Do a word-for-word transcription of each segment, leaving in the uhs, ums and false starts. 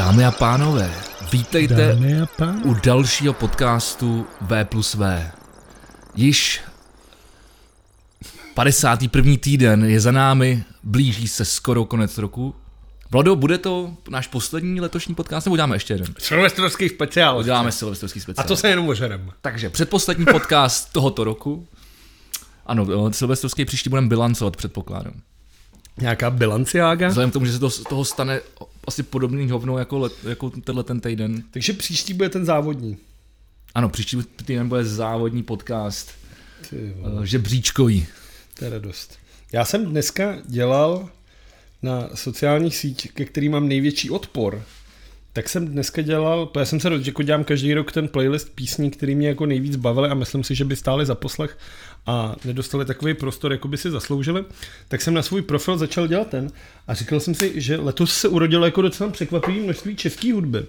Dámy a pánové, vítejte Dámy a pánové. u dalšího podcastu V plus V. Již padesátý první týden je za námi, blíží se skoro konec roku. Vlado, bude to náš poslední letošní podcast, nebo uděláme ještě jeden? Silvestrovský speciál. Uděláme silvestrovský speciál. A to se jenom ožerem. Takže předposlední podcast tohoto roku. Ano, silvestrovský příští budeme bilancovat, předpokládám. Nějaká bilanciága? Vzhledem k tomu, že se to, z toho stane asi podobný hovno jako, let, jako tenhle ten týden. Takže příští bude ten závodní. Ano, příští týden bude závodní podcast. Ty uh, žebříčkový. To je radost. Já jsem dneska dělal na sociálních sítích, ke kterým mám největší odpor. Tak jsem dneska dělal, já jsem se rozhodl, že jako dělám každý rok ten playlist písní, který mě jako nejvíc bavily a myslím si, že by stály za poslech a nedostali takový prostor, jako by si zasloužili. Tak jsem na svůj profil začal dělat ten a říkal jsem si, že letos se urodilo jako docela překvapivé množství české hudby.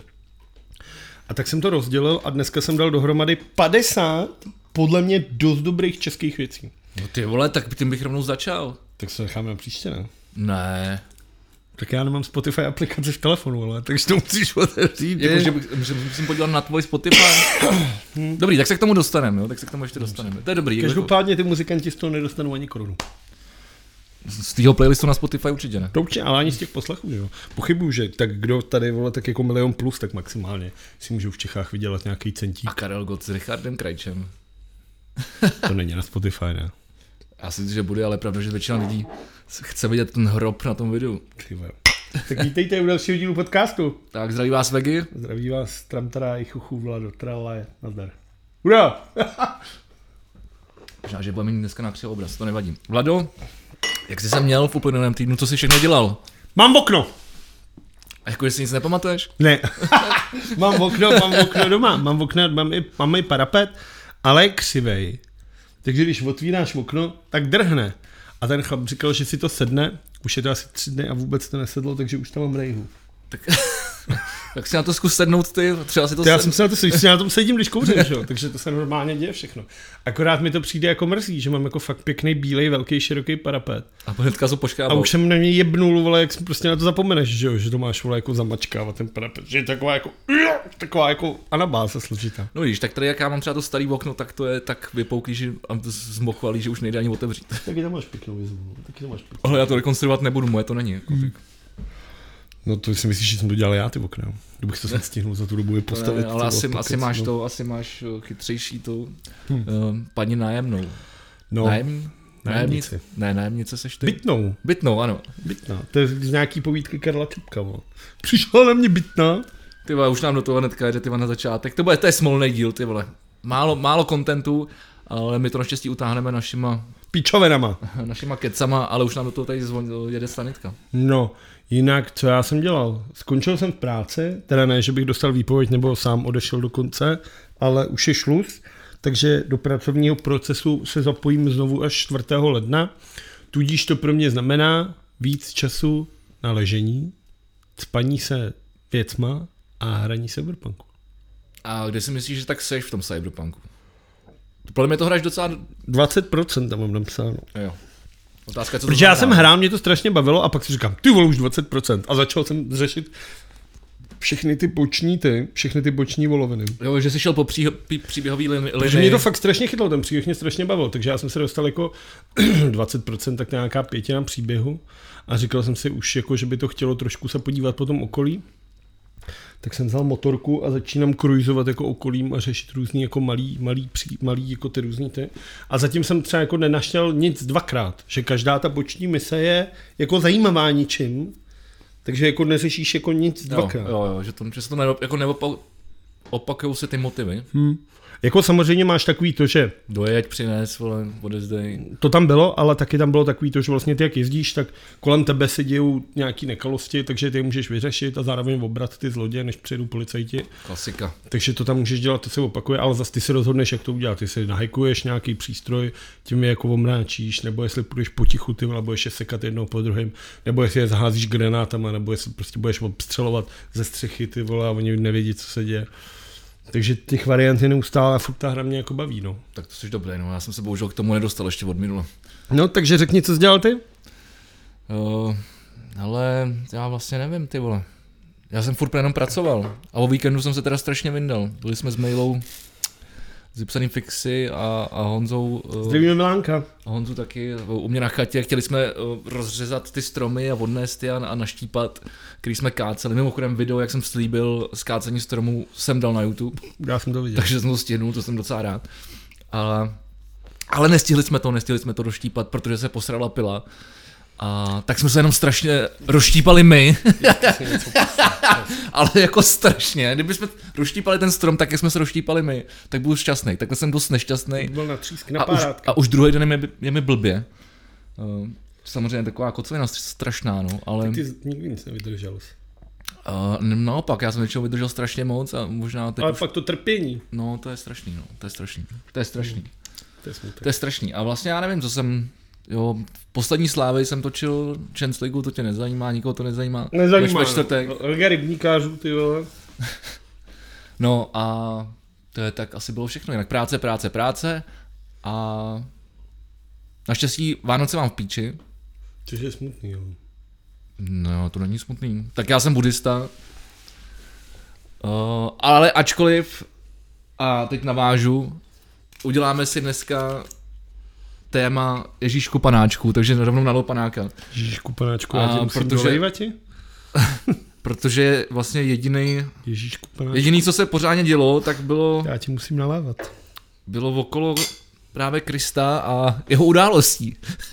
A tak jsem to rozdělil a dneska jsem dal dohromady padesát podle mě dost dobrých českých věcí. No ty vole, tak tím bych rovnou začal. Tak se necháme na příště, ne? Ne. Tak já nemám Spotify aplikaci v telefonu, ale takže to musíš otevřít. Jakože musím podívat na tvoj Spotify. Dobrý, tak se k tomu dostaneme, jo? Tak se k tomu ještě dostaneme. To je dobrý. Každopádně ty muzikanti z toho nedostanou ani korunu. Z tého playlistu na Spotify určitě ne. To určitě, ale ani z těch poslechů, jo. Pochybuju, že tak kdo tady vole tak jako milion plus, tak maximálně si můžou v Čechách vydělat nějaký centík. A Karel Gott s Richardem Krajčem. To není na Spotify, ne? Já si myslím, že bude, ale pravda, že většina lidí chce vidět ten hrob na tom videu. Tak vítejte u dalšího dílu podcastu. Tak zdraví vás Vegy. Zdraví vás Tramtara i Chuchu Vlado. Tralaje. Nazdar. Ura! Možná, že budeme mít dneska na obraz, to nevadí. Vlado, jak jsi se měl v uplynulém týdnu, co jsi všechno dělal? Mám okno! A jako, jestli nic nepamatuješ? Ne. mám okno, mám okno doma. Mám okno, mám i, mám i parapet, ale je křivej. Takže když otvíráš okno, tak drhne. A ten chlap říkal, že si to sedne, už je to asi tři dny a vůbec to nesedlo, takže už tam mám rejhu. Tak, tak si na to zkus sednout ty, třeba si to Já sed... jsem se na to sedl, na tom sedím, když kouřím, že jo? Takže to se normálně děje všechno. Akorát mi to přijde jako mrzí, že mám jako fakt pěkný, bílej, velký, široký parapet. A hnedka to poškábal. A už jsem na mě jebnul, vole, jak prostě na to zapomeneš, že jo? Že to máš, vole, jako zamačkávat ten parapet. Že je taková jako, taková jako anabáze složitá. No víš, tak tady jak já mám třeba to starý okno, tak to je tak vypouklý, že zmochvalý, že už nejde ani otevřít. Taky tam máš pěknou výzvu. Taky tam máš pěknou. Ale já to rekonstruovat nebudu, moje to není. Jako, hmm. No to si myslíš, že jsem to dělal já, ty okna. Kdybych to snad stihnul za tu dobu je postavit. Ne, ale asi, asi máš to, asi máš chytřejší to hmm. uh, paní nájemnou. No. Nájemní? Nájemnice. Ne, nájemnice seš ty. Bytnou. Bytnou, ano. Bytná. To je z nějaký povídky Karla Čapka. Mo. Přišla na mě bytná. Ty vole, už nám do toho hnedka jde, ty vole, na začátek. To bude, to je smolnej díl, ty vole. Málo, málo kontentu, ale my to naštěstí utáhneme našima... Píčovinama. Našima kecama, ale už nám do toho tady zvon, jede stanitka. No, jinak, co já jsem dělal? Skončil jsem v práci, teda ne, že bych dostal výpověď nebo sám odešel do konce, ale už je šluz, takže do pracovního procesu se zapojím znovu až čtvrtého ledna, tudíž to pro mě znamená víc času na ležení, spaní se věcma a hraní Cyberpunku. A kde si myslíš, že tak seš v tom Cyberpunku? Podle mě to hraješ docela... dvacet procent tam mám napsáno. Jo. Otázka je, co to Protože já jsem hrál, mě to strašně bavilo a pak si říkám, ty vole, už dvacet procent. A začal jsem řešit všechny ty boční ty, všechny ty boční voloviny. Jo, že jsi šel po přího, příběhový linii. Protože mě to fakt strašně chytlo, ten příběh mě strašně bavil, takže já jsem se dostal jako dvacet procent, tak nějaká pětina příběhu a říkal jsem si už jako, že by to chtělo trošku se podívat po tom okolí. Tak jsem vzal motorku a začínám cruisovat jako okolím a řešit různý jako malý, malý, pří, malý jako ty různý ty. A zatím jsem třeba jako nenašel nic dvakrát, že každá ta boční mise je jako zajímavá ničím, takže jako neřešíš jako nic dvakrát. Jo, jo, že, to, že se to neop, jako neopak, opakujou se ty motivy. Hmm. Jako samozřejmě máš takový to, že... Dojeď, přines, vole, odezdej. To tam bylo, ale taky tam bylo takový to, že vlastně ty jak jezdíš, tak kolem tebe se dějou nějaký nekalosti, takže ty je můžeš vyřešit a zároveň obrat ty zloděje, než přijedou policajti. Klasika. Takže to tam můžeš dělat, to se opakuje, ale zase ty si rozhodneš, jak to udělat. Ty si nahajkuješ nějaký přístroj, tím je jako omráčíš, nebo jestli půjdeš potichu, ty nebo ještě sekat jednou po druhém, nebo jestli je zaházíš granátama, nebo jestli prostě budeš obstřelovat ze střechy, ty vole, a oni nevědí, co se děje. Takže těch variant je neustále a furt ta hra mě jako baví, no. Tak to jsi dobrý, no, já jsem se bohužel k tomu nedostal ještě od minula. No, takže řekni, co jsi dělal ty? Uh, ale já vlastně nevím, ty vole. Já jsem furt jenom pracoval a o víkendu jsem se teda strašně vyndal. Byli jsme s Mailou, s Vypsaným Fixy a, a Honzou. Zdravíme Milánka. A Honzu taky u mě na chatě. Chtěli jsme rozřezat ty stromy a odnést je a, a naštípat, který jsme káceli. Mimochodem video, jak jsem slíbil, skácení stromů jsem dal na YouTube. Já jsem to viděl. Takže jsem to stihnul, to jsem docela rád. Ale, ale nestihli jsme to, nestihli jsme to doštípat, protože se posrala pila. A tak jsme se jenom strašně rozštípali my. Ale jako strašně. Kdybychom rozštípali ten strom, tak jak jsme se rozštípali my, tak byl šťastný. Takhle jsem dost nešťastný. Byl na třísk, na a, už, a už druhý den je, je mi blbě. Uh, samozřejmě taková kocovina strašná, no, ale... Tak ty nikdy nic nevydržel. Uh, naopak, já jsem většinou vydržel strašně moc a možná... Ale už... fakt to trpění. No, to je strašný, no, to je strašný. To je strašný. To je smutek. To je strašný. A vlastně já nevím, co jsem... Jo, v poslední slávy jsem točil Champions League, to tě nezajímá, nikoho to nezajímá. Nezajímá, čtvrtek. Liga rybníkářů, ty vole. No a to je tak asi bylo všechno, jinak práce, práce, práce a naštěstí Vánoce mám v píči. Což je smutný, jo. No, to není smutný. Tak já jsem buddhista, uh, ale ačkoliv, a teď navážu, uděláme si dneska téma Ježíšku panáčku, takže rovnou na panáka. Ježíšku panáčku, já tě musím protože, dolejvat ti? Protože je vlastně jediný, Ježíšku panáčku. jediný, co se pořádně dělo, tak bylo, Já ti musím nalávat. bylo okolo právě Krista a jeho událostí.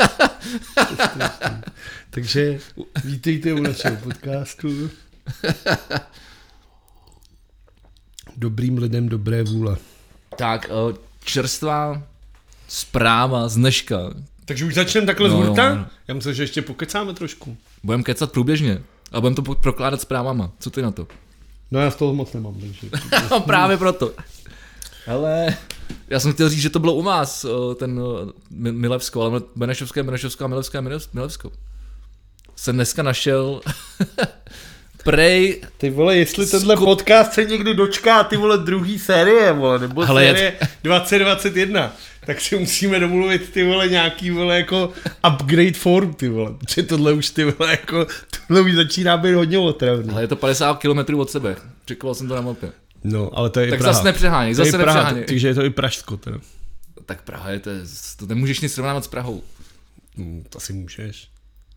Takže vítejte u našeho podcastu. Dobrým lidem dobré vůle. Tak, čerstvá zpráva z dneška. Takže už začneme takhle No, z hurta? jo, no. Já myslím, že ještě pokecáme trošku. Budeme kecat průběžně a budeme to po- prokládat zprávama. Co ty na to? No já z toho moc nemám, takže... No právě proto. Hele, já jsem chtěl říct, že to bylo u vás, ten Milevsko, ale Benešovské, Benešovsko a Milevské, Milevsko. Jsem dneska našel prej... Ty vole, jestli tenhle Skup... podcast se někdy dočká, ty vole, druhý série, vole, nebo Hele, série dvacet dvacet jedna, tak si musíme domluvit, ty vole, nějaký, vole, jako upgrade form, ty vole, protože tohle už, ty vole, jako, tohle už začíná být hodně otravný. Ale je to padesát kilometrů od sebe, čekoval jsem to na mapě. No, ale to je tak Praha. zase nepřeháněj, zase to je Praha, nepřeháněj. Takže je to i Pražsko, teda. Tak Praha je to, to nemůžeš nic srovnávat s Prahou. Hmm, to asi můžeš.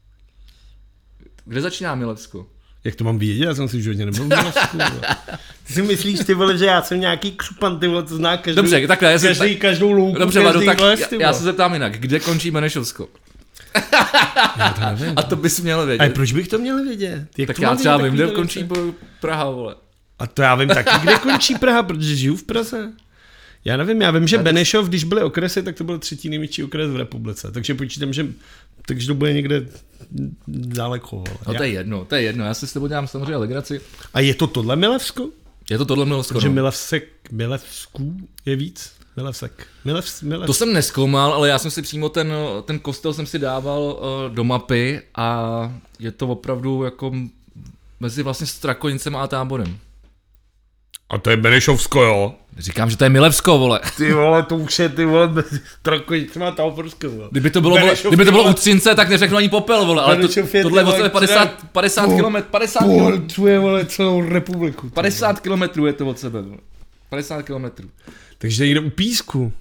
Kde začíná Milevsko? Jak to mám vědět? Já jsem si už hodně nebyl v Milevsku. Ty si myslíš, ty vole, že já jsem nějaký křupan, ty vole, to zná každou, Dobře, takhle, já každý, tak, každou louku, dobře, každý Vadu, tak les, já, ty já vole. se zeptám jinak, kde končí Benešovsko? Já to nevím. A to bys měl vědět. A proč bych to měl vědět? Jak tak to já mám třeba vědět, vím, kde takovýhle končí věci? Praha, vole. A to já vím taky, kde končí Praha, protože žiju v Praze. Já nevím, já vím, že Já to- Benešov, když byly okresy, tak to byl třetí největší okres v republice. Takže počítám, že takže to bude někde daleko. Vole. No to Já- je jedno, to je jedno, já si s tebou dělám samozřejmě legraci. A je to tohle Milevsko? Je to tohle Milevsko. Protože No. Milevsek, Milevsků je víc? Milevsek. Milevs, Milev... To jsem nezkoumal, ale já jsem si přímo ten, ten kostel jsem si dával uh, do mapy a je to opravdu jako mezi vlastně Strakonicem a Táborem. A to je Benešovsko, jo? Říkám, že to je Milevsko, vole. Ty vole, to už je, ty vole, Strakonicem a Táborsko, vole. Kdyby to bylo, vole, Benešov, kdyby to bylo vole. u Třince, tak neřeknu ani popel, vole, ale to, Benešov je, tohle je ty vole, vlastně padesát, padesát teda- kilometrů, padesát kilometrů, Pohlcuje, vole, celou republiku. ty padesát kilometrů je to od sebe, vole. padesát kilometrů. Takže jde u Písku.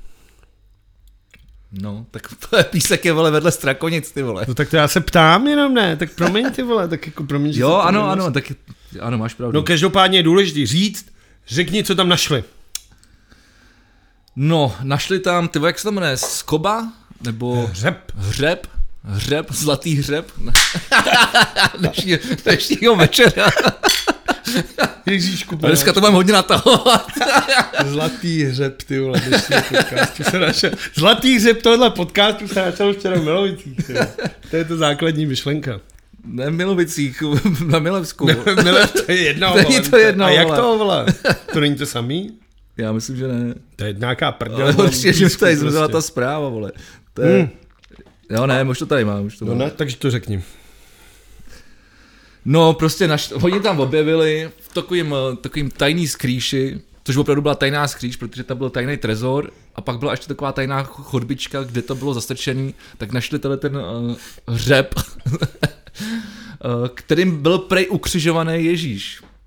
No, tak Písek je, vole, vedle Strakonic, ty vole. No tak to já se ptám jenom, ne? Tak promiň, ty vole, tak jako promiň, že Jo, se to ano, nemoc- ano, tak ano, máš pravdu. No každopádně je důležité říct, řekni, co tam našli. No, našli tam, ty vole, jak se to jmenuje, Skoba? Nebo Hřeb. hřeb? Hřeb, zlatý hřeb? Dnešní, dnešního večera. Ježíšku, A dneska to mám hodně natahovat. Zlatý hřeb, ty vole, dnešního podcastu se našel. Zlatý hřeb tohle podcastu se našel včera v Milovicích, ty vole. To je to základní myšlenka. Ne v Milovicích, na Milevsku. Milev, to je jedna, Není vole. to jedno, A jak vole. to, vole? To není to samý? Já myslím, že ne. To je nějaká prdel. Ale vole, určitě, že Písku tady zmizela prostě. ta zpráva, vole. To je... Hmm. Jo, ne, už to tady mám, už to No mám. ne, takže to řekni. No, prostě naš... oni tam objevili v takovým, eh, takovým tajný skrýši, což opravdu byla tajná skrýš, protože tam byl tajný trezor a pak byla ještě taková tajná chodbička, kde to bylo zastrčený, tak našli tenhle ten uh, hřeb, uh, kterým byl prej ukřižovaný Ježíš.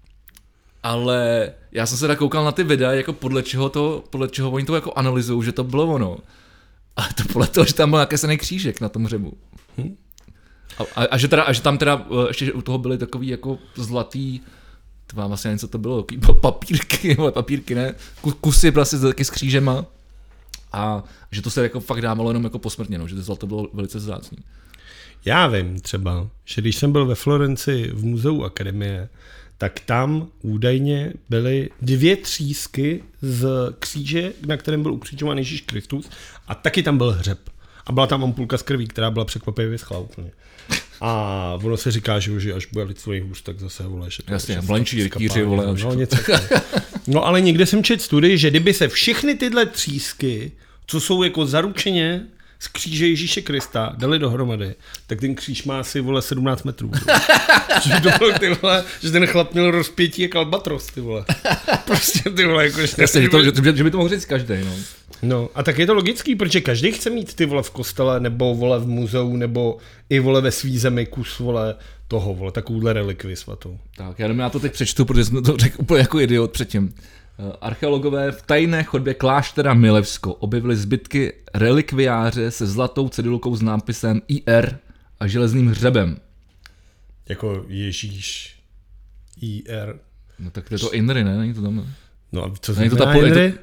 Ale já jsem se tak koukal na ty videa, jako podle čeho to, podle čeho oni to jako analyzují, že to bylo ono. Ale to podle toho, že tam byl jaký křížek na tom hřebu. Hm? A, a, a, že teda, a že tam teda ještě že u toho byly takový jako zlatý, to vám vlastně něco to bylo, papírky, papírky ne, kusy prostě taky s křížema. A že to se jako fakt dávalo jenom jako posmrtně, že to zlato bylo velice vzácný. Já vím třeba, že když jsem byl ve Florenci v muzeu Akademie, tak tam údajně byly dvě třísky z kříže, na kterém byl ukřižován Ježíš Kristus, a taky tam byl hřeb. A byla tam ampulka z krví, která byla překvapivě vyschlá úplně. A ono se říká, že až bude lidstvo nejhůř, tak zase vole. Jasně, blančí, rytíři, vole. No, něco. No ale někde jsem četl studii, že kdyby se všechny tyhle třísky, co jsou jako zaručeně z kříže Ježíše Krista, dali dohromady, tak ten kříž má asi, vole, sedmnáct metrů. že, to bylo, ty vole, že ten chlap měl rozpětí jak albatros, ty vole. Prostě ty vole, jako... Jasně, že, to, že, že by to mohl říct každý, no. No, a tak je to logický, protože každý chce mít ty vole v kostele, nebo vole v muzeu, nebo i vole ve svý zemi kus, vole, toho, vole, takovouhle relikvi svatou. Tak, já, já to teď přečtu, protože jsem to řekl úplně jako idiot předtím. Archeologové v tajné chodbě kláštera Milevsko objevili zbytky relikviáře se zlatou cedulkou s nápisem I R a železným hřebem. Jako Ježíš I R. No tak to je to Inry, ne? Není to tam? No a co znamená to ta Inry?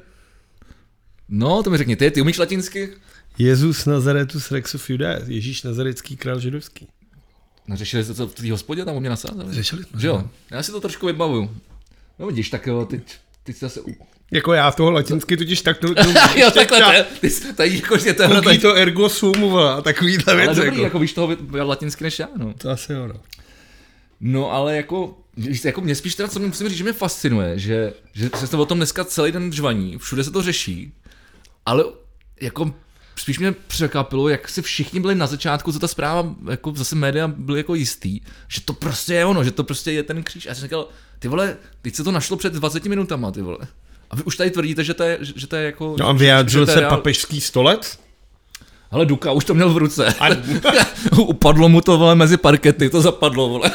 No, to mi řekni, ty, ty umíš latinsky? Jezus Nazaretus Rexus Judaeus, Ježíš nazarecký král židovský. No, řešili jste to v té hospodě, tam u mě nasázeli? Řešili jsme. Že jo, já si to trošku vybavuju. No vidíš, tak jo, teď, teď zase... Jako já toho latinsky totiž tak... No, jo, takhle, ty, tady jakože to je... Tady to ergo sum a takovýhle věc. Ale dobrý, jako. jako víš toho latinsky než já, no. To asi jo, no. No ale jako, jako mě spíš teda, co musím říct, že mě fascinuje, že, že se to o tom dneska celý den žvaní, všude se to řeší, ale jako spíš mě překvapilo, jak si všichni byli na začátku, co ta zpráva, jako zase média byly jako jistý, že to prostě je ono, že to prostě je ten kříž. A já jsem říkal, ty vole, teď se to našlo před dvaceti minutama, ty vole. A vy už tady tvrdíte, že to je, že to je jako... No a vyjádřil se reál... papežský stolec? Ale Duka už to měl v ruce. A... Upadlo mu to, vole, mezi parkety, to zapadlo, vole.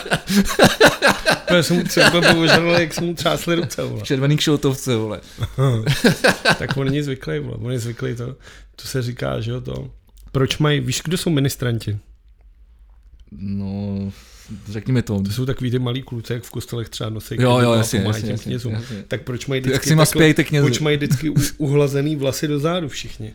Já jsem mu třeba požadal, jak jsem mu třásli ruce, vole. Červený kšoutovce, vole. Tak on není zvyklý, vole. On je zvyklý to, to se říká, že jo, to. Proč mají, víš, kdo jsou ministranti? No, řekni mi to. To jsou takový ty malí kluci, jak v kostelech třeba nosí. Jo, jo, jasně, jasně, jasně, jasně. Tak proč mají vždycky, jak takhle, proč mají vždycky uhlazený vlasy do zádu všichni?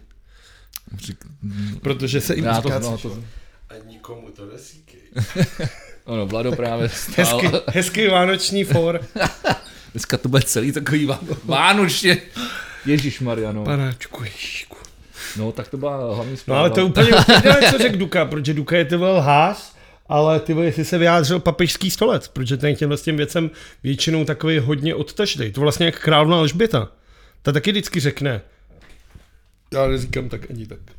Protože se jim já říká, to, no, to... a nikomu to nesíkej. Ono, Vlado právě stál. Hezký, hezký vánoční for. Dneska to bude celý takový vánočně. Ježišmarja, no. Panáčku, ježišku. No, tak to byla hlavní zpráva. No ale to úplně úplně co řekl Duka, protože Duka je ty vole lhář, ale ty vole, jestli se vyjádřil papežský stolec, protože ten těmhle s tím věcem většinou takový hodně odtaždej. To vlastně jak královna Alžběta. Ta taky vždycky řekne. Já neříkám tak ani tak.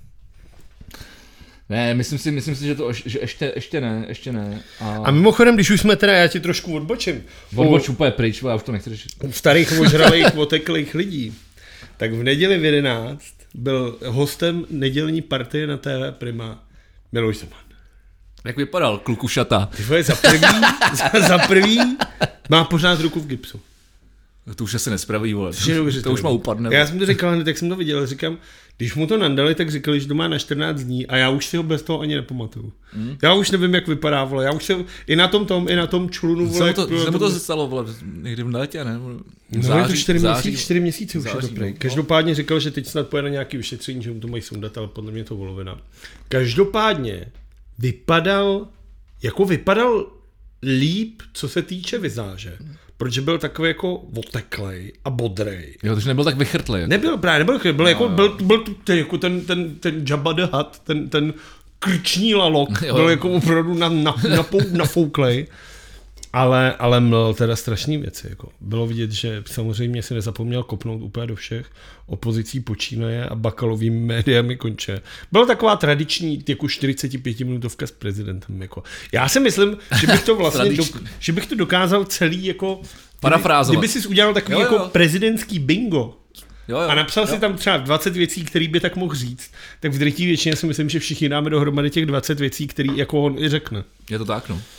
Ne, myslím si, myslím si, že to že ještě, ještě ne, ještě ne. A... a mimochodem, když už jsme teda, já ti trošku odbočím. Odboč úplně pryč, já už to nechci řešit. U starých ožralých, oteklých lidí. Tak v neděli v jedenáct byl hostem nedělní partie na T V Prima Miloš Zeman. Jak vypadal klukušata? Ty vole, za prvý, za, za prvý má pořád ruku v gipsu. To už asi nespraví, vole. To, to už má upadne. Já jsem to říkal hned, jak jsem to viděl, říkám, když mu to nandali, tak říkali, že to má na čtrnáct dní a já už si ho bez toho ani nepamatuju. Mm. Já už nevím, jak vypadá, vole. Já už si i na tom tom, i na tom člunu, vole. Co to, to stalo, vole, někdy v létě, ne? V září, no je to čtyři měsíce, čtyři měsíce už září, je to prej. Každopádně říkal, že teď snad pojede na nějaký vyšetření, že mu to mají sundat, ale podle mě to volovina. Každopádně vypadal, jako vypadal líp, co se týče vizáže. Protože byl takový jako oteklej a bodrej. Jo, takže nebyl tak vychrtlej. Jako. Nebyl právě, nebyl byl, byl, no, jako, byl, byl ten, jako ten, ten, ten Jabba the Hutt, ten, ten krční lalok, jo. Byl jako opravdu na, na, na, nafouklej. Ale, ale měl teda strašný věci. Jako. Bylo vidět, že samozřejmě si nezapomněl kopnout úplně do všech opozicí počínaje a Bakalovými médiami konče. Byla taková tradiční jako čtyřicetipětiminutovka s prezidentem. Jako. Já si myslím, že bych to vlastně do, že bych to dokázal celý jako parafrázovat. Kdyby jsi udělal takový jo, jo. jako prezidentský bingo jo, jo, a napsal jo. si tam třeba dvacet věcí, které by tak mohl říct, tak v drtí většině si myslím, že všichni dáme dohromady těch dvacet věcí, které jako on i řekne. Je to tak, no.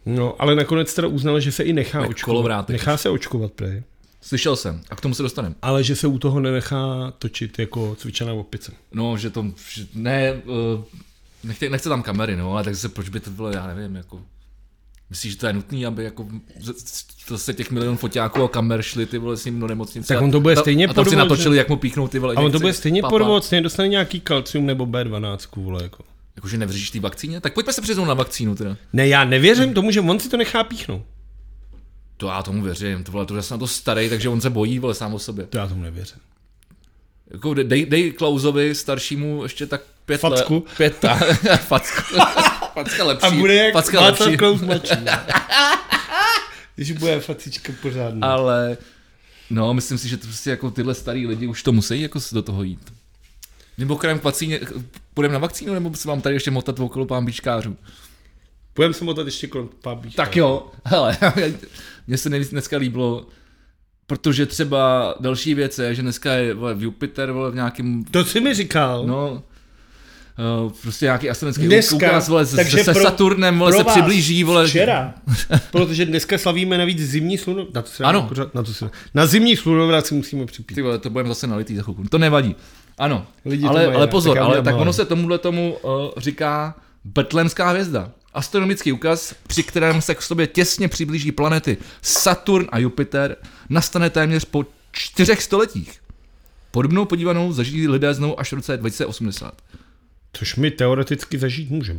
No, ale nakonec teda uznal, že se i nechá Tak očkovat. kolovrátek. Nechá se očkovat, prej. Slyšel jsem, a k tomu se dostaneme. Ale že se u toho nenechá točit jako cvičená opice. No, že to, že ne, uh, nechce, nechce tam kamery, no, ale tak se proč by to bylo, já nevím, jako... Myslíš, že to je nutný, aby jako zase těch milion foťáků a kamer šli ty vole s ním do nemocnice. Tak on to bude a, stejně a tam si podvod, natočili, že? jak mu píchnou ty vole. A on to bude stejně papa. podvod, stejně dostane nějaký kalcium nebo bé dvanáct, vole, jako. Jakože nevříš té vakcíně? Tak pojďme se přiznout na vakcínu teda. Ne, já nevěřím tomu, že on si to nechá píchnout. To já tomu věřím, to vole, to je na to starý, takže on se bojí, vole, sám o sobě. To já tomu nevěřím. Jako dej, dej Klausovi staršímu ještě tak pět Facku. let. Pět ta, facku. Facka lepší. A bude jak facka Václav lepší. Klaus mladší. Když bude facička pořádná. Ale no, myslím si, že to prostě jako tyhle starý lidi už to musí jako do toho jít. Mimochodem k vakcíně, půjdeme na vakcínu, nebo se vám tady ještě motat okolo pánbičkářů? Půjdeme se motat ještě kolem pánbičkářů. Tak jo, hele, mně se nejvíc dneska líbilo, protože třeba další věc je, že dneska je vole, v Jupiter, vole, v nějakém, To jsi mi říkal. no, uh, prostě nějaký astronomický Dneska, úkaz, vole, se, takže se pro- Saturnem, vole, pro se vás přiblíží, vole. Včera, protože dneska slavíme navíc zimní slunovrat. Na to se Ano. Pořád, na, to se, na zimní slunovrat si musíme připít. Ty vole, to budeme zase nalitý za chvilku. To nevadí. Ano, Lidi to ale, mají ale rád, pozor, tak já ale udělám tak malé. ono se tomuhle tomu uh, říká Betlémská hvězda. Astronomický úkaz, při kterém se k sobě těsně přiblíží planety Saturn a Jupiter, nastane téměř po čtyřech stoletích. Podobnou podívanou zažijí lidé znovu až v roce dva tisíce osmdesát. Což my teoreticky zažít můžeme.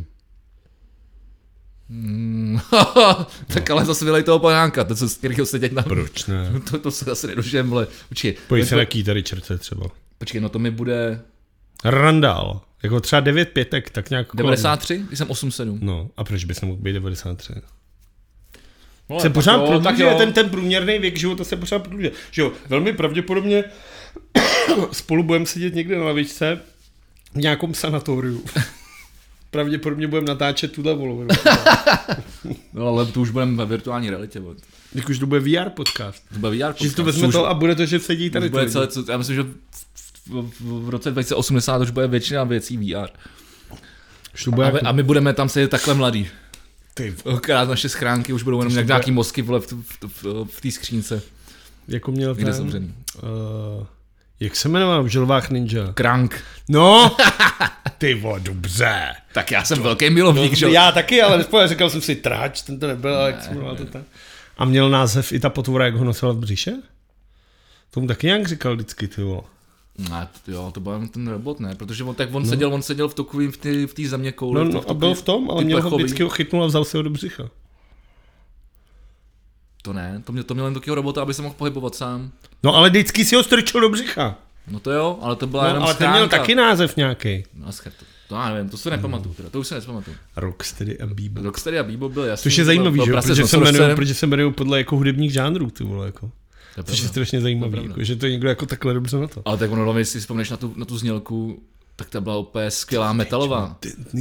Hmm, tak ale zase vylej toho panánka, to, co, z kterého se teď na... Proč ne? To, to se zase nedožijem, vole. Počkej, Pojď se to- na kýtary čerce třeba. počkej, no to mi bude Randál. Jako třeba devět pětek, tak nějak kolem. devadesát tři, když jsem osm sedm. No, a proč by se mohl být devadesát tři? No, Se tak pořád jo, tak prodlužuje, jo. ten, ten průměrný věk života se pořád prodlužuje. Že jo, velmi pravděpodobně spolu budeme sedět někde na lavičce v nějakom sanatoriu. Pravděpodobně budeme natáčet tuhle volu. No, ale to už budeme ve virtuální realitě. Bod. Jak už to bude vé er podcast. To bude V R Že si to podcast. vezme Už- to a bude to, že sedí tady. už bude ty celé, lidi. co, já myslím, že v, v, v, v roce dva tisíce osmdesát už bude většina věcí V R. Už to bude A my, jako, a my budeme tam sedět takhle mladí. ty, Akorát naše schránky už budou jenom To jak bude- nějaký mozky vole, v, v, v, v té skřínce. jako měl Kde ten, zavřený. uh, jak se jmenoval v Želvách Ninja? Krank. No, ty vo, dobře. Tak já jsem velký milovník, že? No, já taky, ale nespoň, říkal jsem si tráč, ten to nebyl, ale jak se jmenoval to tam. A měl název i ta potvora, jak ho nosila v břiše? Tomu taky nějak říkal vždycky, ty vole. Ne, jo, to byl ten robot, ne, protože on, tak on no. seděl, on seděl v takovým, v té v té země kouli. No, to- no a byl v tom, ale ty měl ho plechový. vždycky ho chytnul a vzal si ho do břicha. To ne, to, mě, to měl jen takového robota, aby se mohl pohybovat sám. No ale vždycky si ho strčil do břicha. No to jo, ale to byla No, jenom ale ten schránka. měl taky název nějaký. No, schr- to, to já nevím, to se nepamatuju, teda, to už se nepamatuju. Rocksteady a Bebop. Rocksteady a Bebop byl jasný. Což je to zajímavý, byl- že? byl jo, prase s Protože se jmenují, nosorožcem. protože se jmenují podle jako hudebních žánrů, ty vole, jako. To je Což je pravda. strašně zajímavý, pravda. jako, že to je někdo jako takhle dobře na to. Ale tak ono, hlavně, když si vzpomneš na tu, na tu znělku, tak ta byla úplně skvělá metalová.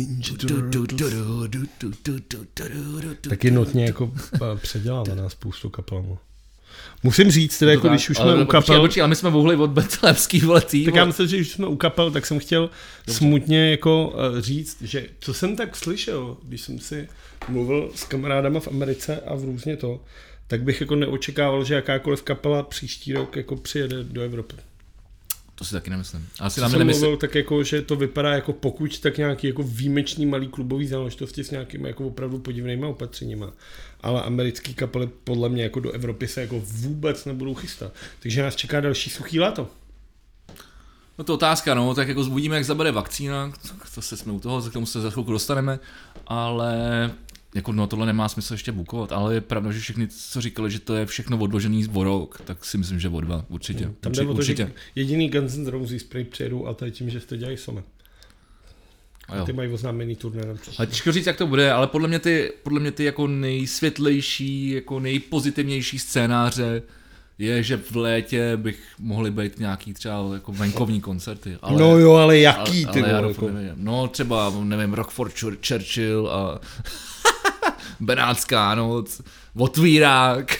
Taky notně jako a, předělávaná spoustu kapelama. Musím říct, teda jako když už jsme u Počkej, kapel, počkej, ale my jsme vohli od betlémských letý. tak já myslím, že když jsme u kapel, tak jsem chtěl Dobře. smutně jako uh, říct, že co jsem tak slyšel, když jsem si mluvil s kamarádama v Americe a v různě to, tak bych jako neočekával, že jakákoliv kapela příští rok jako přijede do Evropy. To si taky nemyslím. Asi Co nám jsem nemyslím. mluvil, tak jako, že to vypadá jako pokud, tak nějaký jako výjimečný malý klubový záležitosti s nějakými jako opravdu podivnýma opatřeníma. Ale americký kapely podle mě jako do Evropy se jako vůbec nebudou chystat. Takže nás čeká další suchý léto. No to otázka, no, tak jako zbudíme, jak zabere vakcína, to se jsme u toho, k tomu se za chvilku dostaneme, ale jako no tohle nemá smysl ještě bukovat, ale je pravda, že všichni, co říkali, že to je všechno odložený o rok, tak si myslím, že o dva, určitě. Tam určitě, jde o to, určitě. že jediný Guns N' Roses prej přijedou a to je tím, že to dělají sami. A jo. Ty mají oznámený turné na příští. Ale těžko říct, jak to bude, ale podle mě ty, podle mě ty jako nejsvětlejší, jako nejpozitivnější scénáře je, že v létě bych mohly být nějaký třeba jako venkovní koncerty. Ale, No jo, ale jaký ale, ty ale já vole, doufám, jako. nevím. No třeba, nevím, Rockford Churchill a Benátská noc, Otvírák.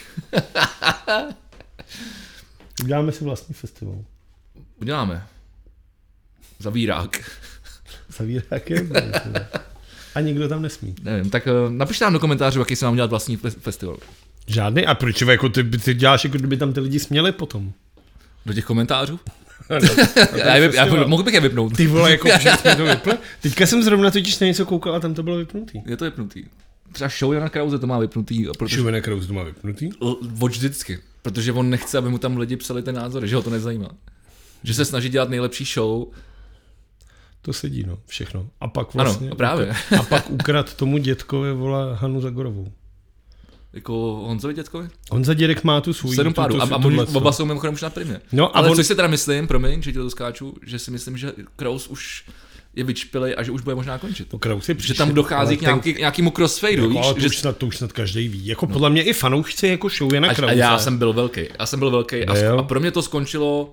Uděláme si vlastní festival. Uděláme. Zavírák. Zavírák je. A nikdo tam nesmí. Nevím, tak uh, napište nám do komentářů, jaký se mám dělat vlastní festival. Žádný? A proč jako ty, ty děláš, jako kdyby tam ty lidi směli potom? Do těch komentářů? No, no, já, je, já mohl bych je vypnout. Ty vole, jako že jsme to vypli? Teďka jsem zrovna totiž na něco koukal a tam to bylo vypnutý. Je to vypnutý. Třeba show Jana Krause to má vypnutý. Protože... Show Jana Krause to má vypnutý? Watch vždycky. Protože on nechce, aby mu tam lidi psali ten názor, že ho to nezajímá. Že se snaží dělat nejlepší show. To sedí, no, všechno. A pak vlastně... Ano, právě. A pak ukrad tomu dětkovi, vole, Hanu Zagorovou. Jako Honzovi dětkovi? Honza dědek má tu svůj. Sedm pádů. A, a můžu, oba jsou mimochodem už na primě. No, ale on... co si teda myslím, promiň, že ti to skáču, že si myslím, že Kraus už je vyčpilej a že už bude možná končit. To Kraus je že tam dochází k nějaký, ten... nějakému crossfadeu, jako, víš? Ale to, že... už snad, to už snad každý ví. Jako no. Podle mě i fanoušci jako show Jana Krause. A já jsem byl velký. Já jsem byl velký. A, a pro mě to skončilo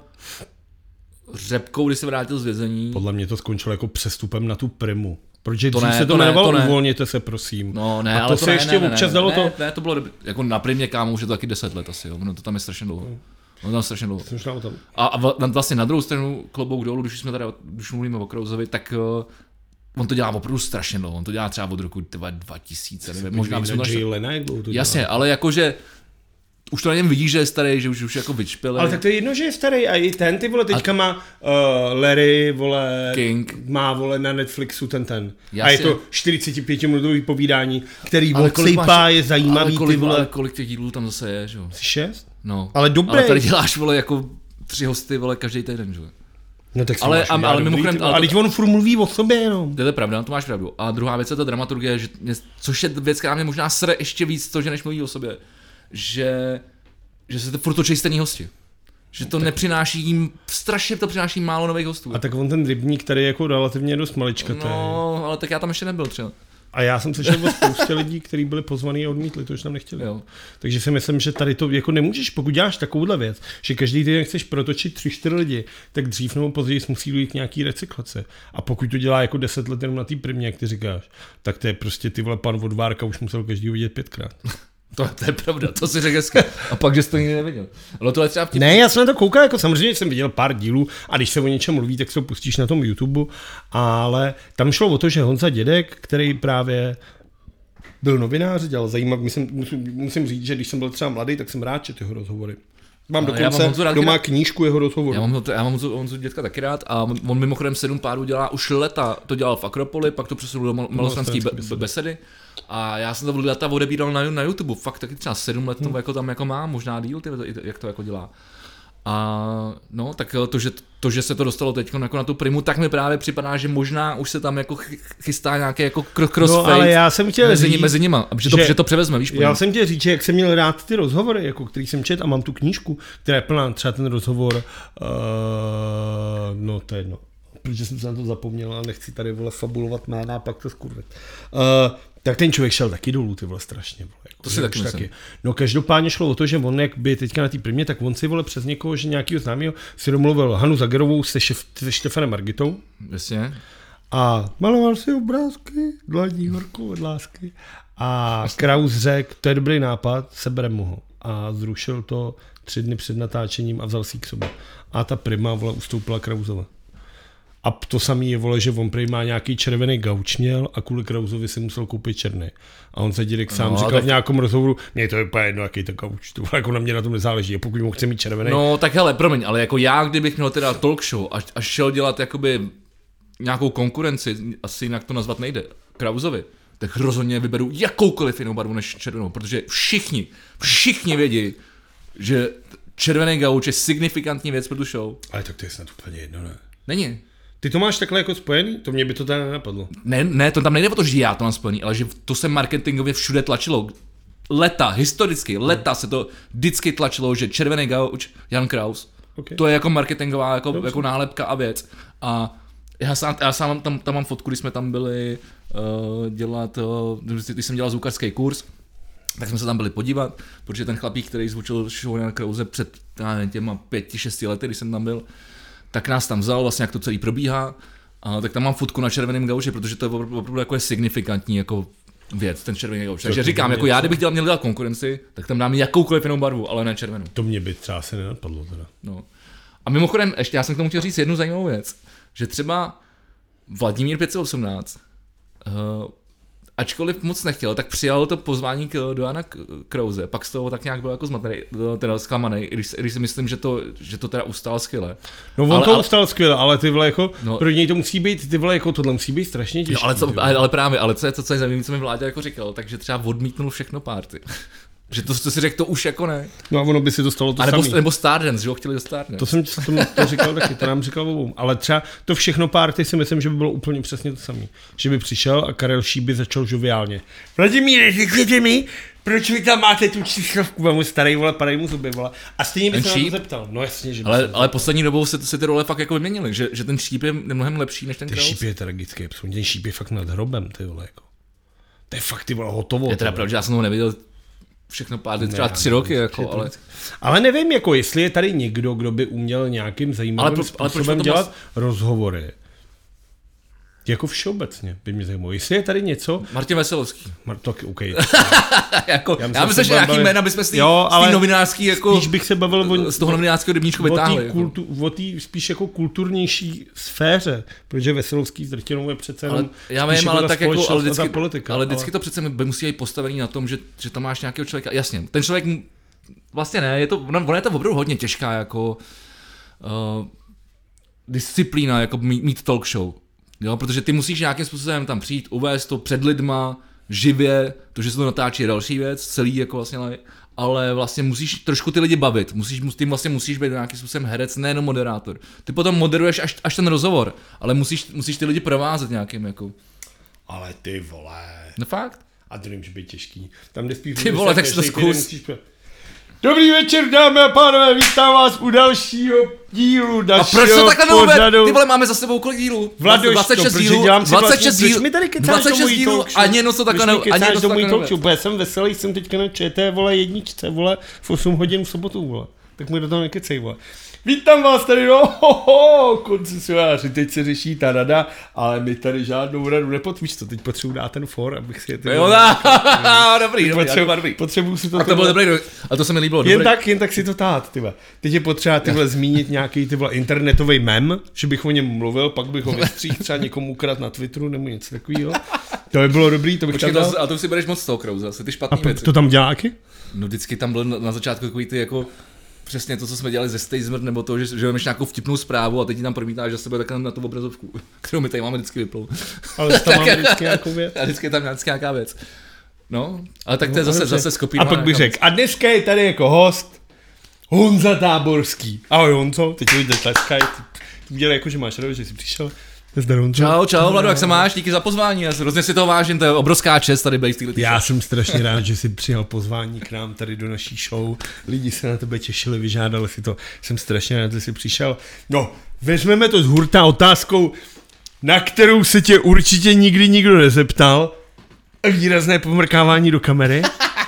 řepkou, když se vrátil z vězení. Podle mě to skončilo jako přestupem na tu primu. Protože to dřív ne, se to, to jmenovalo, ne, uvolněte se, prosím. No ne, a to ale se to ne, ještě ne, občas ne, dalo ne, to. Ne, ne, to bylo, jako na primě, kámo, už je to taky deset let asi, jo. No to tam je strašně dlouho. No tam strašně dlouho. A, a vlastně na druhou stranu klobouk dolů, když jsme tady, když mluvíme o Krausovi, tak uh, on to dělá opravdu strašně dlouho. On to dělá třeba od roku dva tisíce, nevím, možná bychom to našli. Jasně, ale jakože už to na něm vidíš, že je starý, že už, už jako vyčpilej. Ale tak to je jedno, že je starý a i ten, ty vole, teďka a... má uh, Larry, vole, King. Má, vole, na Netflixu ten ten. Jasně. A je to čtyřicetipětiminutový povídání, který odsejpá, je zajímavý, ale kolik, ty vole. Ale kolik těch dílů tam zase je, že jo? Šest? No. Ale dobrý. Ale tady děláš, vole, jako tři hosty, vole, každý týden, že jo? No tak ale, a, ale mimochodem, ale teď on furt mluví o sobě jenom. To je pravda, to máš pravdu. A druhá věc je ta dramaturgie, že, což je věc, která mě možná sere ještě víc to, že než mluví o sobě, že, že se to furt točí stejný hosti. Že to tak... nepřináší jim, strašně to přináší málo nových hostů. A tak on ten rybník, který je jako relativně dost maličkatý. No, ale tak já tam ještě nebyl třeba. A já jsem slyšel o spoustě lidí, kteří byli pozvaní a odmítli, to už tam nechtěli. Jo. Takže si myslím, že tady to jako nemůžeš, pokud děláš takovouhle věc, že každý týden chceš protočit tři, čtyři lidi, tak dřív nebo později musí dojít k nějaký recyklace. A pokud to dělá jako deset let jenom na té primě, jak ty říkáš, tak to je prostě ty vole pan Vodvárka už musel každý vidět pětkrát. To, to je pravda, to si řekl hezky. A pak, že jsi to nikdy neviděl. Ale to je třeba ne, já jsem na to koukal, jako samozřejmě jsem viděl pár dílů a když se o něčem mluví, tak se to pustíš na tom YouTube, ale tam šlo o to, že Honza Dědek, který právě byl novinář, dělal zajímavý, musím, musím, musím říct, že když jsem byl třeba mladý, tak jsem rád četl jeho rozhovory. Mám ale dokonce mám doma rád, knížku jeho rozhovoru. Já mám, já mám Honzu Dědka taky rád a on mimochodem sedm pádů dělá už leta, to dělal v Akropoli, pak to přesunul do Malostranské be, be, besedy a já jsem to leta odebíral na, na YouTube, fakt taky třeba sedm let to hmm. jako tam jako má, možná díl, ty, jak to jako dělá. A no, tak to že, to, že se to dostalo teď jako na tu primu, tak mi právě připadá, že možná už se tam jako chystá nějaký jako crossfade no, ale já jsem chtěl mezi, říct, mezi nima, že to, že to převezme, víš? Já jsem chtěl říct, že jak jsem měl rád ty rozhovory, jako který jsem čet a mám tu knížku, která je plná, třeba ten rozhovor, uh, no to je jedno, protože jsem se na to zapomněl a nechci tady vole fabulovat jména a pak to skurvit. Uh, tak ten člověk šel taky dolů, ty vole, strašně. Vole, jako, to si taky taky. No každopádně šlo o to, že on jak by teďka na té primě, tak on si vole přes někoho, že nějakýho známého si domluvil Hanu Zagerovou se, šef, se Štefanem Margitou. Jasně. A maloval si obrázky, dlaní horkou od lásky. A Kraus řekl, to je dobrý nápad, seberem mu ho. A zrušil to tři dny před natáčením a vzal si k sobě. A ta prima vole ustoupila Krausova. A to samý je, vole, že on prý má nějaký červený gauč měl a kvůli Krausovi si musel koupit černý. A on se Dědek sám no, říkal tak... v nějakém rozhovoru, mně to je úplně jedno, jaký to gauč, to jako na mě na tom nezáleží, a pokud mu chce mít červený. No tak hele, promiň, ale jako já, kdybych měl teda talk show a, a šel dělat jakoby nějakou konkurenci, asi jinak to nazvat nejde, Krausovi, tak rozhodně vyberu jakoukoliv jinou barvu než červenou, protože všichni, všichni vědí, že červený gauč je signifikantní věc pro tu show. Ale tak to je snad úplně jedno, ne? Není. Ty to máš takhle jako spojený? To mě by to teda nenapadlo. Ne, ne, to tam nejde o to, že já to mám spojený, ale že to se marketingově všude tlačilo. Leta, historicky, leta se to vždycky tlačilo, že červený gauč, Jan Kraus. Okay. To je jako marketingová jako, jako nálepka a věc. A já sám, já sám tam, tam mám fotku, když jsme tam byli uh, dělat, uh, když jsem dělal zvukařský kurz, tak jsme se tam byli podívat, protože ten chlapík, který zvučil show Jan Krause před nevím, těma pěti, šesti lety, když jsem tam byl, tak nás tam vzal, vlastně jak to celý probíhá, a tak tam mám fotku na červeném gauči, protože to je opravdu jako je signifikantní jako věc, ten červený gauč. Takže říkám, jako já, kdybych dělal, měl dělat konkurenci, tak tam dám jakoukoliv jinou barvu, ale ne červenou. To mě by třeba se nenapadlo teda. No. A mimochodem, ještě já jsem k tomu chtěl říct jednu zajímavou věc, že třeba Vladimír pět set osmnáct uh, ačkoliv moc nechtěl, tak přijal to pozvání k, do Jana Krause, pak z toho tak nějak byl jako zmatený, teda zklamaný, když, když si myslím, že to, že to teda ustál skvěle. No on ale, to ale, ustál skvěle, ale ty vole jako, no, pro něj to musí být, ty vole jako tohle musí být strašně těžké. No ale, co, ale, ale právě, ale co je to, co je zajímavé, co mi Vláďa jako říkal, takže třeba odmítnul všechno party. Že to, co si řekl, to už jako ne. No a ono by si to stalo to a nebo, samý. nebo Stardance, že ho chtěli do Stardance. To jsem to, to říkal taky, to nám říkal obou. Ale třeba to všechno party si myslím, že by bylo úplně přesně to samé. Že by přišel a Karel Šíby začal žoviálně. Vladimíre, řekněte mi, proč vy tam máte tu číslovku, mu starý vole, padej mu zuby, vole. A stejně by se na to zeptal. No jasně, že ale, ale poslední dobou se, se ty role fakt jako vyměnily, že, že ten Šíp je mnohem lepší než ten Kraus. Ten Šíp je tragický, ten Šíp je fakt nad hrobem, ty vole, jako. To je fakt, ty vole, hotovo. Je teda pravda, že já jsem ho neviděl všechno pár, třeba tři roky, jako, ale... Ale nevím, jako, jestli je tady někdo, kdo by uměl nějakým zajímavým ale pro, způsobem ale dělat mas... rozhovory. Jako všeobecně by mě zajímalo. Jestli je tady něco... Martin Veselovský. Mar- to, okay. jako, já, já myslím, že nějaký jména bychom z té novinářský jako... Spíš bych se bavil o, z toho novinářského rybníčku vytáhli. O té kultu, spíš jako kulturnější sféře, protože Veselovský s Drtinou je přece jenom... Já vím, ale tak jako... Ale vždycky, politika, ale vždycky ale... to přece by musí být postavený na tom, že, že tam máš nějakého člověka. Jasně, ten člověk... Vlastně ne, je to, ono je to opravdu hodně těžká jako... Uh, disciplína, jako mít, mít talk show. Jo, protože ty musíš nějakým způsobem tam přijít, uvést to před lidma, živě, to, že se to natáčí je další věc, celý jako vlastně, ale vlastně musíš trošku ty lidi bavit, musíš, ty vlastně musíš být nějakým způsobem herec, nejenom moderátor. Ty potom moderuješ až, až ten rozhovor, ale musíš, musíš ty lidi provázet nějakým jako. Ale ty vole. No fakt? A to nemůže být těžký. Tam jde spíš... Ty vole, tak si to zkus. Dobrý večer, dámy a pánové, vítám vás u dalšího dílu našeho pořadu. A proč to takhle pořadu... Ty vole, máme za sebou kolik dílů? Vladoš, dvacet šest to, dílů, dělám si dvacet šest vlastně, dílů, mi tady kecáš dvacet do šest mojí dílů, talk show. ani jedno co takhle ne, ani jedno do mojí takhle talk show, protože jsem veselý, jsem teďka na ČT, vole, jedničce, vole, v osm hodin v sobotu, vole. Tak mi do toho nekecej, vole. Vítám vás tady, no, hoho, koncesionáři, teď se řeší ta rada, ale my tady žádnou radu nepotvíš, to teď potřebuji dát ten for, abych si je ty... Jo, dobrý, dobrý, potřebuji si to... A to bylo dobrý, a to se mi líbilo. Jen tak, jen tak si to tát, tyhle. Teď je potřeba tyhle zmínit nějaký tyhle internetový mem, že bych o něm mluvil, pak bych ho vystříhl, třeba někomu ukradl na Twitteru nebo něco takového. To by bylo dobrý, to bych Počkej, tam dal. A to si bereš moc z toho Krause, asi ty špatný a věci. To tam dělá taky? No vždycky tam byl na začátku takový ty jako... Přesně to, co jsme dělali ze Stay Smrt, nebo to, že, že máš nějakou vtipnou zprávu a teď ti tam promítáš za sebe takhle na tu obrazovku, kterou my tady máme vždycky vyplou. Ale tam mám vždycky nějakou věc. A vždycky je tam nějaká věc. No, ale tak to je zase, zase skopírovaná. A pak bych řekl, a dneska je tady jako host Honza Táborský. Ahoj Honzo, teď lidi tleskají, ty dělej jako, že máš radost, že jsi přišel. Čau, čau, Vlado, jak se máš? Díky za pozvání, já hrozně si toho vážím, to je obrovská čest tady být v této. Já jsem strašně rád, že jsi přijal pozvání k nám tady do naší show. Lidi se na tebe těšili, vyžádali si to. Jsem strašně rád, že jsi přišel. No, vezmeme to s hurta otázkou, na kterou se tě určitě nikdy nikdo nezeptal. Výrazné pomrkávání do kamery.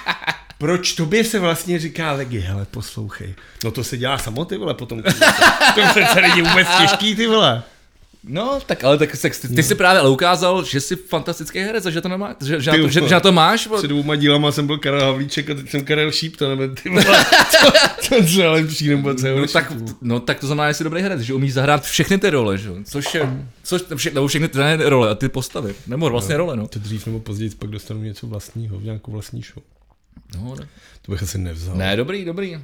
Proč tobě se vlastně říká Legy? Hele, poslouchej. No to se dělá samo, ty vole, potom. To přece není vůbec těžký, ty vole. No, tak ale tak ty, ty jsi právě ale ukázal, že jsi fantastický herec a že to nemá, že, že, to, že, že na to máš. Před dvouma dílama jsem byl Karel Havlíček a teď jsem Karel Šíp, to nevím, ty vole, to, to je lepší nebo co no, tak, no tak to znamená, že jsi dobrý herec, že umíš zahrát všechny ty role, že? Což je, což, vše, nebo všechny ty role a ty postavy, nebo vlastně no, role, no. To dřív nebo později pak dostanu něco vlastního, nějakou vlastní show. No, ne. To bych asi nevzal. Ne, dobrý, dobrý.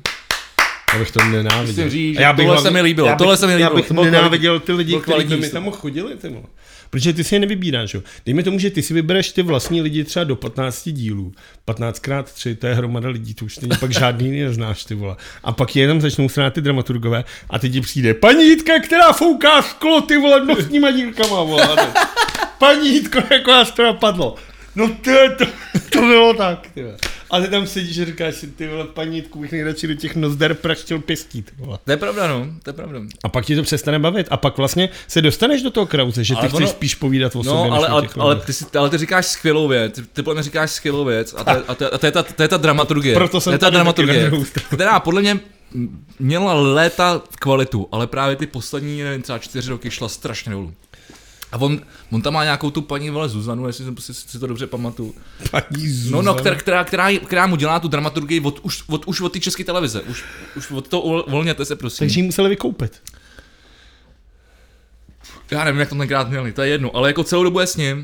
Já bych to nenáviděl. Říct, já bych tohle hlavně, se mi líbilo, já bych, tohle se mi líbilo. Já bych nenáviděl ty lidi, kteří by mi tam chodili, ty vole. Protože ty si je nevybíráš, jo. Dejme tomu, že ty si vybereš ty vlastní lidi třeba do patnácti dílů. patnáct krát tři, to je hromada lidí, to už ty pak žádný neznáš, ty vole. A pak je tam začnou srát ty dramaturgové a teď ti přijde paní Jitka, která fouká sklo, ty vole, nosníma dílkama, vole. Paní Jitko, jako nás to napadlo. No to, to, to bylo tak, ty vole. A ty tam sedíš a říkáš si, ty vole, paní Jitku, bych nejradši do těch nozder praštil pěstí, ty vole. To je pravda, no, to je pravda. A pak ti to přestane bavit a pak vlastně se dostaneš do toho Krause, že ty ale chceš ono, spíš povídat o sobě. No, ale, ale, ale, ty si, ale ty říkáš skvělou věc, ty, ty podle mě říkáš skvělou věc a to, a to, a to, je, ta, to je ta dramaturgie. Proto jsem to je ta dramaturgie, která podle mě měla léta kvalitu, ale právě ty poslední, nevím, třeba čtyři roky šla strašně dolů. A on, on tam má nějakou tu paní, vole, Zuzanu, jestli si, si to dobře pamatuju. Paní Zuzanu? No, no, která, která, která, která mu dělá tu dramaturgii od, už, od, už od té české televize. Už, už od toho uvolněte se, prosím. Takže ji museli vykoupit. Já nevím, jak to tenkrát měli, to je jedno, ale jako celou dobu je s ním. A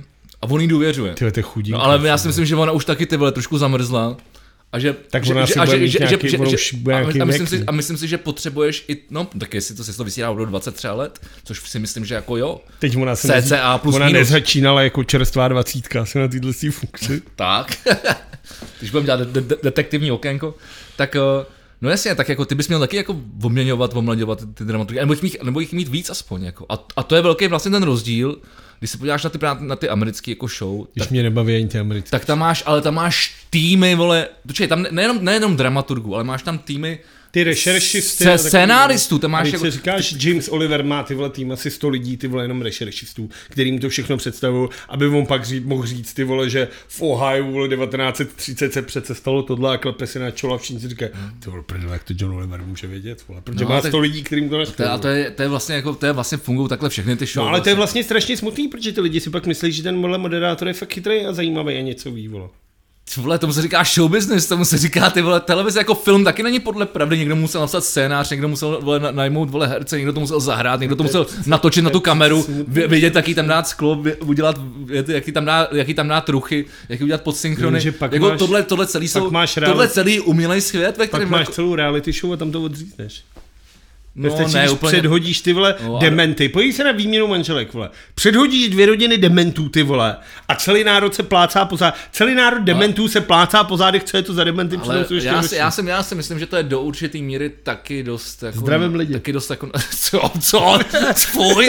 on jí důvěřuje. Tyhle, to je chudinka. No ale já si myslím, že ona už taky ty vole trošku zamrzla. A že, tak že, ona že, si a bude že, mít že, nějaký, že, že, že, bude a, a, myslím věk, si, a myslím si, že potřebuješ i, no tak jestli to se to vysílá do dvacet tři let, což si myslím, že jako jo. Teď ona se cca plus ona minus. nezačínala jako čerstvá dvacítka asi na této funkci. Tak, když budeme dělat de- de- detektivní okénko, tak no jasně, tak jako ty bys měl taky jako obměňovat, omlaďovat ty dramaturgy, nebo jich, nebo jich mít víc aspoň. Jako. A, a to je velký vlastně ten rozdíl, když se podíváš na ty, na ty americké jako show. Když tak, mě nebaví ani ty americké. Tak tam máš, ale tam máš týmy, vole, počkej, tam nejenom, nejenom dramaturgů, ale máš tam týmy ty rešeršisty. Se, scénáristů, tam máš jako... Když říkáš, James Oliver má ty vole tým asi sto lidí, ty vole jenom rešeršistů, kterým to všechno představují, aby on pak říct, mohl říct ty vole, že v Ohio vole devatenáct set třicet se přece stalo tohle a klepe si na čelo a všichni si říkají, ty vole, prdele, jak to John Oliver může vědět, vole, protože no, má sto lidí, kterým to nestalo. A to je, to je vlastně jako, to je vlastně fungují takhle všechny ty show. No ale vlastně. To je vlastně strašně smutný, protože ty lidi si pak myslí, že ten moderátor je fakt chytrý a zajímavý a něco ví, vole. Vole, tomu se říká show business, tomu se říká ty vole, televize jako film taky není podle pravdy, někdo musel napsat scénář, někdo musel vole, najmout vole herce, někdo to musel zahrát, někdo to musel natočit na tu kameru, vědět, jaký tam dát sklo, udělat, jaký tam dát, jaký tam dát ruchy, jaký udělat podsynchrony, jako máš, tohle, tohle celý jsou, tohle celý umělej svět, ve kterém pak máš celou reality show a tam to odřízneš. No, Teď ne, si úplně... předhodíš ty vole no, dementy, podívej se na výměnu manželek, vole. Předhodíš dvě rodiny dementů, ty vole, a celý národ se plácá po zádech. Celý národ dementů ale... se plácá po zádech, co je to za dementy? Ale já, si, já, jsem, já si myslím, že to je do určitý míry taky dost jako... Zdravím lidi. Taky dost jako... Co? Co? Svůj?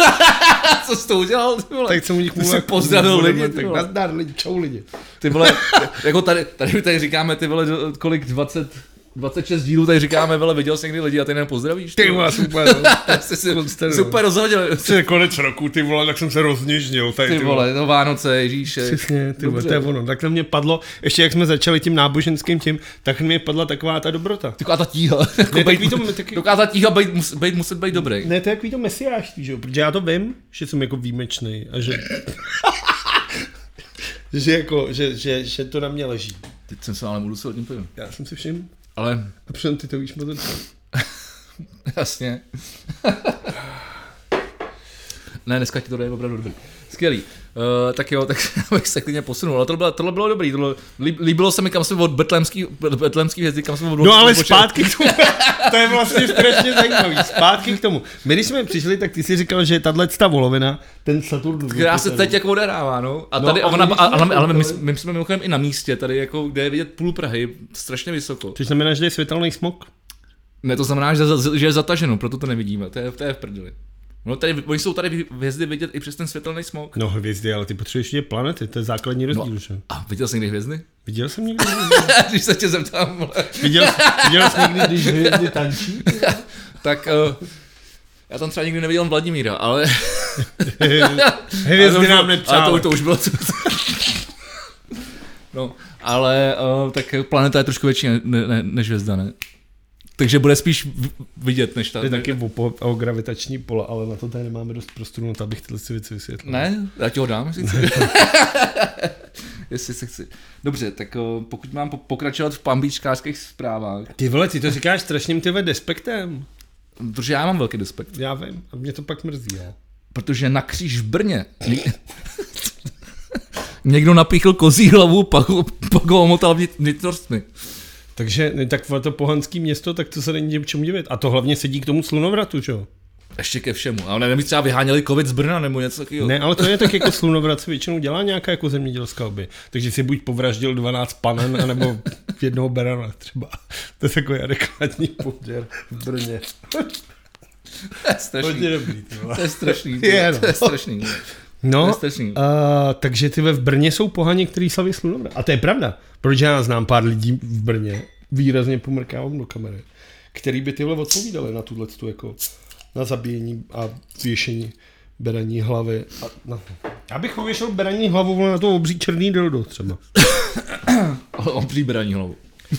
Co jsi to udělal, ty vole? Tak jsem u nich mluvil. Ty jsi pozdravil lidi, tak nazdar lidi, čau lidi. Ty vole, jako tady, tady, tady říkáme, ty vole, kolik dvacet... dvacet šest dílů, tady říkáme, vele, viděl jsi někdy lidi a ty jenom pozdravíš. Ty vole, super, jsi si super rozhodil. Jsi konec roku, ty vole, tak jsem se rozněžnil. Tady, ty, ty vole, to Vánoce, Ježíše. Přesně, ty vole, to je ono. Tak to mě padlo, ještě jak jsme začali tím náboženským tím, tak mě padla taková ta dobrota. Taková ta tíha. Ne, takový to, taky... Taková ta tíha být, mus, být, muset být dobrý. Ne, to je takový to mesiášství, že jo, protože já to vím, že jsem jako výjimečný a že... že jako, že, že, že to na mě leží. Teď jsem se ale budu se hodně pojím. Já jsem si všiml. Ale... A přitom ty to víš moc. Jasně. Ne, dneska ti to jde opravdu dobrý. Skvělý. Uh, tak jo, tak bych se klidně posunul, ale tohle bylo, tohle bylo dobrý, tohle, líbilo se mi, kam jsme od betlémský, betlémský hvězdy, kam jsme od... No ale zpátky k tomu, to je vlastně strašně zajímavý, zpátky k tomu. My když jsme přišli, tak ty si říkal, že tahle ta volovina, ten Saturn... Která se teď jako odehrává, no. A tady, no, a ona, a, ale, ale my, my jsme mimochodem i na místě, tady jako, kde je vidět půl Prahy, strašně vysoko. Což znamená, že je světelný smog? Ne, to znamená, že, že je zataženo, proto to nevidíme, to je, to je v prdeli. No tady, oni jsou tady hvězdy vidět i přes ten světelný smog. No hvězdy, ale ty potřebuješ vidět planety, to je základní rozdíl. No, a viděl jsi někdy hvězdy? Viděl jsem někdy hvězdy. Když se tě zeptám, vole. Viděl, viděl jsi někdy, když hvězdy tančí? Tak uh, já tam třeba nikdy neviděl Vladimíra, ale... Hvězdy nám nepřáli. Ale to, to už bylo... No, ale uh, tak planeta je trošku větší ne, ne, než hvězda, ne? Takže bude spíš vidět, než ta... To je taky o, o gravitační pole, ale na to tady nemáme dost prostoru, na to, abych tyhle si věci vysvětlil. Ne, já ti ho dám, jestli chci. Jestli se chci. Dobře, tak pokud mám pokračovat v pambíčkářských zprávách... Ty vole, ty to říkáš strašným tyhle despektem. Protože já mám velký despekt. Já vím, a mě to pak mrzí, já. Protože na kříž v Brně... někdo napíchl kozí hlavu, pak ho, pak ho omotal vnitrostmi. Takže tak to pohanský město, tak to se není čemu divit. A to hlavně sedí k tomu slunovratu, že jo? Ještě ke všemu. Ale nevím, třeba vyháněli covid z Brna nebo něco takového. Ne, ale to je tak jako slunovrat se většinou dělá nějaká jako zemědělská oby. Takže si buď povraždil dvanáct panen, anebo jednoho berana třeba. To je takový adekvátní poměr v Brně. To je strašný. To je dobrý, to je strašný. Je, no. To je strašný. No, uh, takže ty v Brně jsou pohani, který slaví slunovrat. A to je pravda, protože já znám pár lidí v Brně, výrazně pomrkávám do kamery, který by tyhle odpovídali na tuhle jako na zabíjení a věšení beraní hlavy. A na... Já bych pověšel beraní hlavu na to obří černý dildo třeba. Obří beraní hlavu.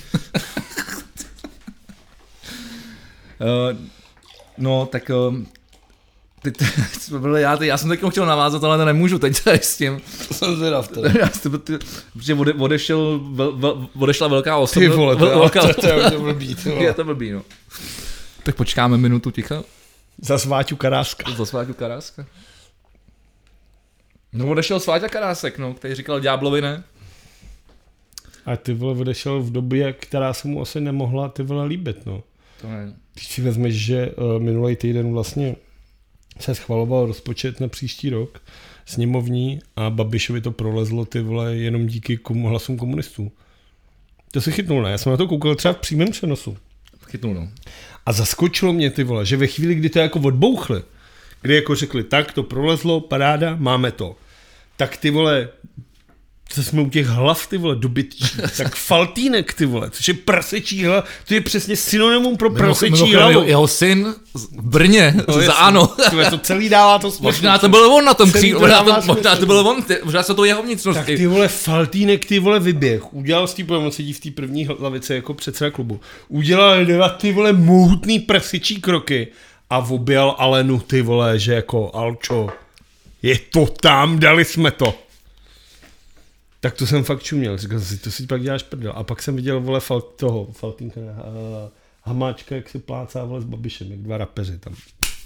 uh, no, tak... Uh... Teď, já, já jsem taky chtěl navázat, ale to nemůžu teď tady s tím. To jsem zvědav teda. Protože ode, odešel, vel, odešla velká osobnost. Ty vole, to, velká, to, to je to blbý. To je to blbý, no. Tak počkáme minutu ticha. Za Sváťu Karáska. Za Sváťu Karáska. No odešel Sváťa Karásek, no, který říkal ďáblovi ne. A ty vole odešel v době, která se mu asi nemohla ty vole líbit, no. To ne. Když si vezmeš, že uh, minulý týden vlastně se schvaloval rozpočet na příští rok sněmovní a Babišovi to prolezlo ty vole jenom díky komu, hlasům komunistů. To si chytnul, ne? Já jsem na to koukal třeba v přímém přenosu. Chytnul, no. A zaskočilo mě ty vole, že ve chvíli, kdy to jako odbouchli, kdy jako řekli, tak to prolezlo, paráda, máme to. Tak ty vole, co jsme u těch hlav, ty vole, dobytčí, tak Faltýnek, ty vole, což je prasečí hlava, to je přesně synonymum pro prasečí hlavu. Jeho, jeho syn v Brně, no, za ANO. Tyhle, to celý dává to smysl. Možná to byl on na tom křídlu, možná, to, možná to byl on, ty, možná se to jeho vnitřnosti. Tak ty vole, Faltýnek, ty vole, vyběh, udělal z té pomoci v té první lavice jako předseda klubu, udělal dva ty vole mohutný prasečí kroky a objal Alenu, ty vole, že jako Alčo, je to tam, dali jsme to. Tak to jsem fakt čuměl, říkal si, to si pak děláš prdel. A pak jsem viděl, vole, fal, toho, Faltínka, uh, Hamáčka, jak si plácá, vole, s Babišem, jak dva rapeři tam.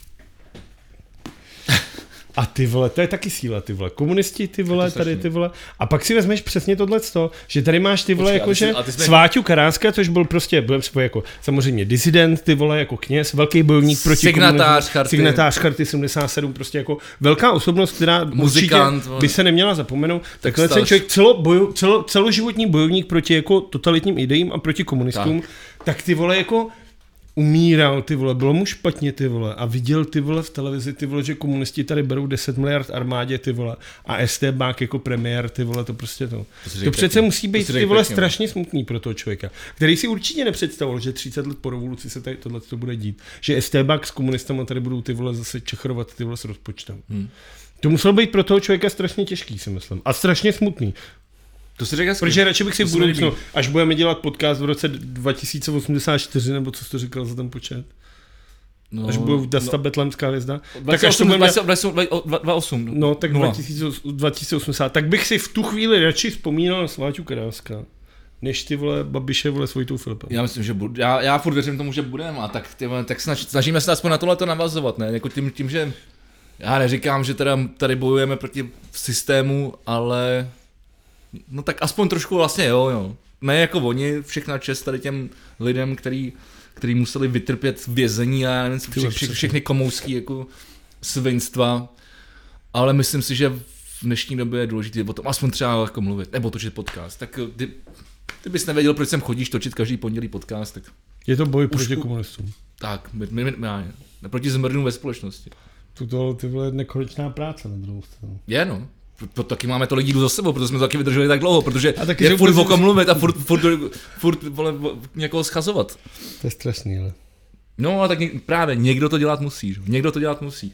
A ty vole, to je taky síla, ty vole. Komunisti, ty vole, tady ty vole. A pak si vezmeš přesně tohleto, že tady máš ty vole, jakože jsme... Sváťu Karáska, což byl prostě, budeme si jako samozřejmě disident, ty vole, jako kněz, velký bojovník proti signatář charty. Signatář charty sedmdesát sedm, prostě jako velká osobnost, která muzikant, by se neměla zapomenout. Takhle ten člověk celo, boju, celo, celoživotní bojovník proti jako totalitním ideím a proti komunistům, tak, tak ty vole jako umíral, ty vole, bylo mu špatně, ty vole, a viděl, ty vole, v televizi, ty vole, že komunisti tady berou deset miliard armádě, ty vole, a estébák jako premiér, ty vole, to prostě to. To, to přece musí být, ty vole, pěkně, strašně smutný pro toho člověka, který si určitě nepředstavoval, že třicet let po revoluci se tady tohle to bude dít, že estébák s komunistama tady budou, ty vole, zase čechrovat, ty vole, s rozpočtem. Hmm. To muselo být pro toho člověka strašně těžký, si myslím, a strašně smutný. To si řekl, protože radši bych si v budoucnu, až budeme dělat podcast v roce dva tisíce osmdesát čtyři, nebo co jsi to říkal za ten počet? No, až bude Dasta no, Betlemská hvězda. Tak až to budeme... dvacet osm No, tak dva tisíce osmdesát. Tak bych si v tu chvíli radši vzpomínal na Sváťu Karáska, než ty vole Babiše, vole Vojtou Filipem. Já myslím, že budu, já, já furt věřím tomu, že budeme, a tak, ty, tak snaž, snažíme se aspoň na tohleto navazovat, ne? Jako tím, tím, že já neříkám, že teda tady bojujeme proti systému, ale no tak aspoň trošku vlastně jo, jo. Ne jako oni, všechna čest tady těm lidem, který, který museli vytrpět vězení a nevím, vše, vše, všechny komouský jako svinstva, ale myslím si, že v dnešní době je důležité o tom aspoň třeba jako mluvit, nebo točit podcast. Tak ty, ty bys nevěděl, proč sem chodíš točit každý pondělí podcast, tak... Je to boj proti komunistům. Tak, my, my, my, my, proti zmrdům ve společnosti. Tuto, ty vole, nekonečná práce na druhou stranu. Je no. To taky máme tolik dílů za sebou, protože jsme to taky vydrželi tak dlouho, protože je furt o kom mluvit a furt, furt, furt, furt vole, někoho schazovat. To je strašný, ale. No, ale tak něk, právě, někdo to dělat musí, že? Někdo to dělat musí.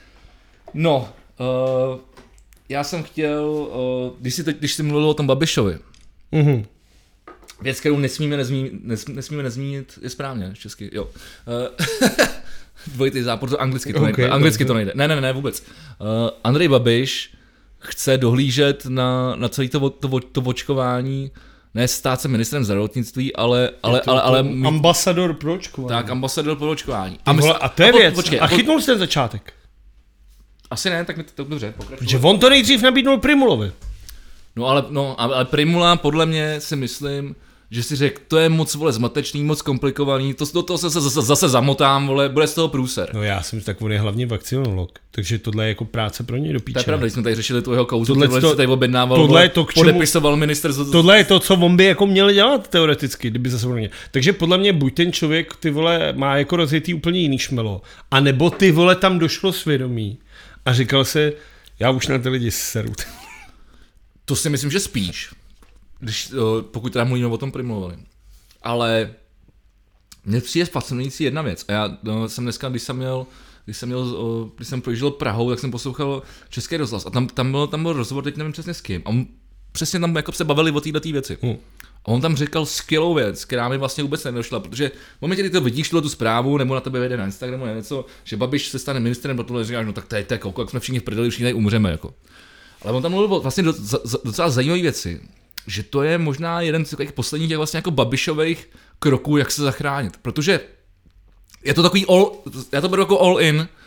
No, uh, já jsem chtěl, uh, když, jsi teď, když jsi mluvil o tom Babišovi, mm-hmm. věc, kterou nesmíme nezmínit, nesmíme nezmínit, je správně, česky, jo. Uh, dvojitý zápor, to anglicky to nejde, okay, anglicky to nejde, ne, ne, ne, vůbec. Uh, Andrej Babiš chce dohlížet na, na celé to, to, to očkování, ne stát se ministrem zdravotnictví, ale... ale, ale, ale mít... Ambasador pro očkování. Tak, ambasador pro očkování. A, mysl... a to je a věc. Počkej, a chytnul jsi ten začátek? Asi ne, tak mi to dobře pokračuje. Protože on to nejdřív nabídnul Primulovi. No ale, no, ale Primula podle mě si myslím, že si řekl, to je moc vole zmatečný, moc komplikovaný, to, do toho se zase, zase zamotám, vole, bude z toho průser. No já jsem tak on je hlavně vakcinolog, takže tohle je jako práce pro něj do píče. To je pravda, když jsme tady řešili tu jeho kauzu, tohle to, tady objednával, tohle je to, k čemu, podepisoval minister. Z... Tohle je to, co on by jako měl dělat teoreticky, kdyby zase pro ně. Takže podle mě buď ten člověk, ty vole, má jako rozjetý úplně jiný šmelo, anebo ty vole tam došlo svědomí a říkal se, já už na ty lidi seru. To si myslím, že spíš. Když, pokud teda mluvíme o tom Primulovi. Ale mně přijde fascinující jedna věc. A já no, jsem dneska, když jsem měl, když jsem, měl, když jsem projížděl Prahou, tak jsem poslouchal Český rozhlas. A tam, tam, byl, tam byl rozhovor, teď nevím přesně s kým. A on přesně tam jako se bavili o této věci. Hmm. A on tam říkal skvělou věc, která mi vlastně vůbec nedošla, protože v momentě, kdy to vidíš tu zprávu, nebo na tebe vede na Instagramu, nebo něco, že Babiš se stane ministrem, protože říkáš, no tak to je tak, jak jsme všichni v prdeli, všichni tady umřeme. Jako. Ale on tam mluvil vlastně docela zajímavé věci. Že to je možná jeden z takových posledních těch vlastně jako Babišových kroků, jak se zachránit. Protože je to takový all, já to beru jako all in,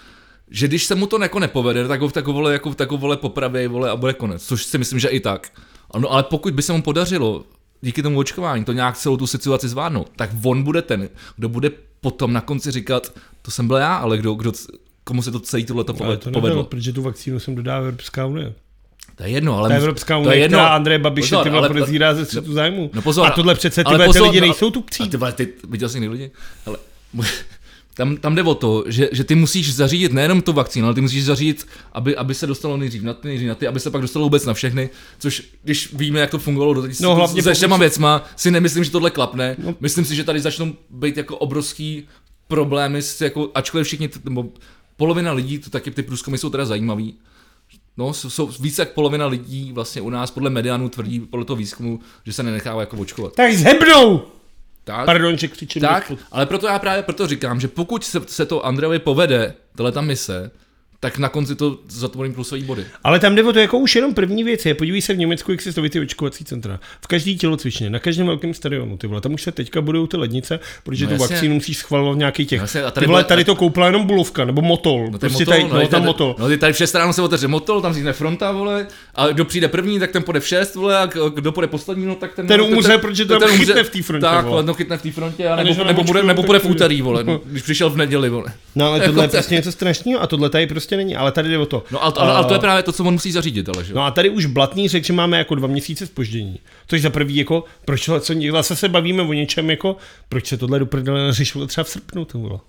že když se mu to jako nepovede, tak ho tak ho vole, jako, tak ho vole popraví vole a bude konec, což si myslím, že i tak. No, ale pokud by se mu podařilo díky tomu očkování to nějak celou tu situaci zvládnout, tak on bude ten, kdo bude potom na konci říkat, to jsem byl já, ale kdo, kdo komu se to celý tohleto povedlo. To nebylo, protože tu vakcínu jsem dodává Evropská unie. To je jedno, ale... Ta Evropská unie, je jedno. která Andreje Babiše pozor, ty vole ale, podezírá ze střetu zájmu. No pozor, a tohle přece ty, pozor, ty lidi no, nejsou tupcí. A ty vole, ty, viděl jsi někdy lidi? Ale, tam, tam jde o to, že, že ty musíš zařídit nejenom tu vakcínu, ale ty musíš zařídit, aby, aby se dostalo nejdřív na ty, nejdřív na ty, aby se pak dostalo vůbec na všechny, což když víme, jak to fungovalo do teď, no, hlavně se všema věcma, si nemyslím, že tohle klapne. No. Myslím si, že tady začnou být jako obrovský problémy, s, jako, ačkoliv všichni, nebo polovina lidí, to taky ty průzkumy jsou teda zajímavý. No, jsou, jsou více jak polovina lidí vlastně u nás podle Medianu tvrdí, podle toho výzkumu, že se nenechává jako očkovat. Tak zhebnou! Tak, Pardon, že křičím. tak ale proto já právě proto říkám, že pokud se, se to Andrejovi povede, tahle ta mise, tak na konci to zatvořím plusový body. Ale tam jde o to jako už jenom první věc je, podívej se v Německu, jak se staví ty očkovací centra. V každý tělocvičně, na každém velkém stadionu, ty vole, tam už se teďka budou ty lednice, protože no tu jasně. vakcínu musíš schvalovat v nějaký těch. No jasně, a ty tady vole, bude- tady to koupila jenom Bulovka, nebo Motol. No, prostě motol, tady, no, no, je tam tady- Motol. No, tady v šest ráno se otevře motol, tam vznikne fronta, vole, a kdo přijde první, tak ten půjde v šest, vole, a kdo půjde poslední, no tak ten... Ten no, umře, protože to tam ten chytne umře- v té frontě, Tak, vole. no, chytne v té frontě, a A než nebo, ho nebo, bude, naočkují, nebo tak bude v půjde. úterý, vole, no, když přišel v neděli, vole. No ale Jako tohle je to- prostě něco strašného a tohle tady prostě není, ale tady jde o to. No ale, ale, ale to je právě to, co on musí zařídit, ale že jo. No a tady už Blatný řekl, že máme jako dva měsíce zpoždění. Což za prvý jako, proč tohle, co zase se bavíme o něčem jako, proč se tohle do prdele neřešilo třeba v srpnu, to bylo.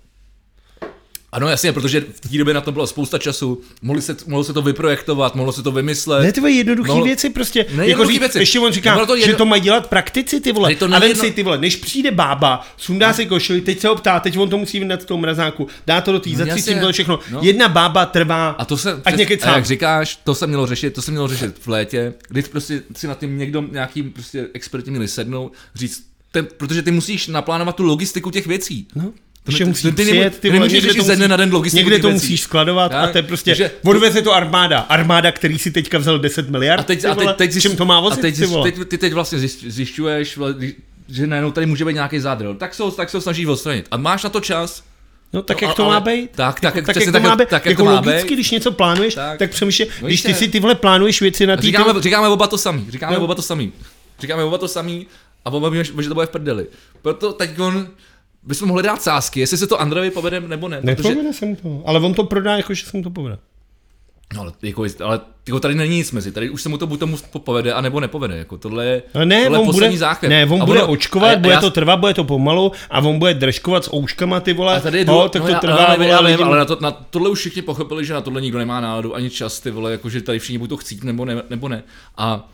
Ano, jasně, protože v té době na to bylo spousta času, mohli se, mohlo se to vyprojektovat, mohlo se to vymyslet. Ne, ty vole, jednoduchý Mohlo- věci prostě. Ne, jako jednoduchý říct, věci. ještě on říká, Nebylo to jedno- že to mají dělat praktici, ty vole. Je to A vem nejedno- si, ty vole, než přijde bába, sundá si košili, teď se ho ptá, teď on to musí vydat z toho mrazáku, dá to do té, No, zatřítím jasně. to všechno. No. Jedna bába trvá, A to se, ať přes- nekecám. a jak říkáš, to se mělo řešit, to se mělo řešit v létě, kdy prostě si na tím někdo, nějaký prostě experti měli sednout, říct, ten, protože ty musíš naplánovat tu logistiku těch věcí. No. To Ještě ne- musí ty- ty přijet, nemů- ty ty vole, nemůžeš někde řešit to ze dne musí- na den logistiku Někde těch to věcí. musíš skladovat Tak, a to je prostě, takže- odveze to armáda. Armáda, který si teďka vzal deset miliard, A teď, ty a vole, teď, teď, čím to má a vozit, teď, ty vole. teď, ty teď vlastně zjišť- zjišťuješ, vole, že najednou tady může být nějaký zádrhel. Tak se ho, tak se ho snaží odstranit. A máš na to čas. No tak No, jak to ale- má být? tak, tak, jako, tak, tak, přesně jak to tak, má být? tak, jak jako to má logicky, být. když něco plánuješ, Tak. tak, tak přemýšlej, No když ty jistě. si ty vole plánuješ věci na A tý... říkáme, říkáme oba to samý. Říkáme No. oba to samý. Říkáme oba to samý a oba víme, že to bude v prdeli. Proto teď on, bychom mohli dát sázky, jestli se to Andrejovi povede nebo ne. Protože, Nepovede se mu to, ale on to prodá jako, že se mu to povede. no, ale, jako, ale jako tady není nic mezi, tady už se mu to buď tomu povede, anebo nepovede. Jako tohle je, Ale ne, tohle je on bude, poslední záchvěv. ne, on A bude ono- očkovat, a- a bude já- to trvat, bude to pomalu a on bude držkovat s ouškama, ty vole. A tady je no, důvod, tak no, to já- trvá, ale, vole, já lidi- vím, ale na, to, na tohle už všichni pochopili, že na tohle nikdo nemá náladu ani čas, ty vole, jakože tady všichni budou to chcít nebo ne. Nebo ne. A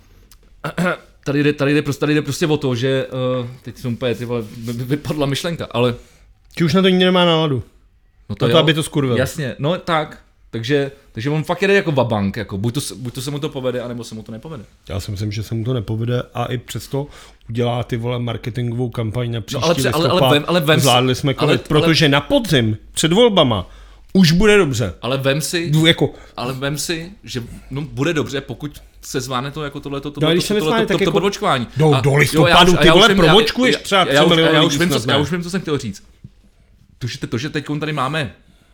tady jde, tady, jde, prostě, tady jde prostě o to, že uh, teď jsem úplně, ty vole, vy- vy- vypadla myšlenka, ale Ti už na to nikdy nemá náladu. no Na to, jo, aby to skurvil. jasně, no tak, takže, takže on fakt jede jako vabank, jako buď to, se- buď to se mu to povede, anebo se mu to nepovede. Já si myslím, že se mu to nepovede a i přesto udělá ty vole marketingovou kampaň na příští ale pře- ale- ale listopad. vem- ale vem si- Zvládli jsme ale- covid, protože na podzim před volbama už bude dobře. Ale vem si, Jdu jako, ale vem si, že no, bude dobře, pokud se zvládne to jako tohleto, No, a když se tohleto, nezvládne, tohleto, tak to, to jako- podvočkování. Do- A- do jo, listopadu, já už- a ty já už vole, vím- provočkuješ já- třeba já- tři já už- miliony já už lidí vím, co- snad, Já ne? už vím, co jsem chtěl říct. To, že, to, že teď tady máme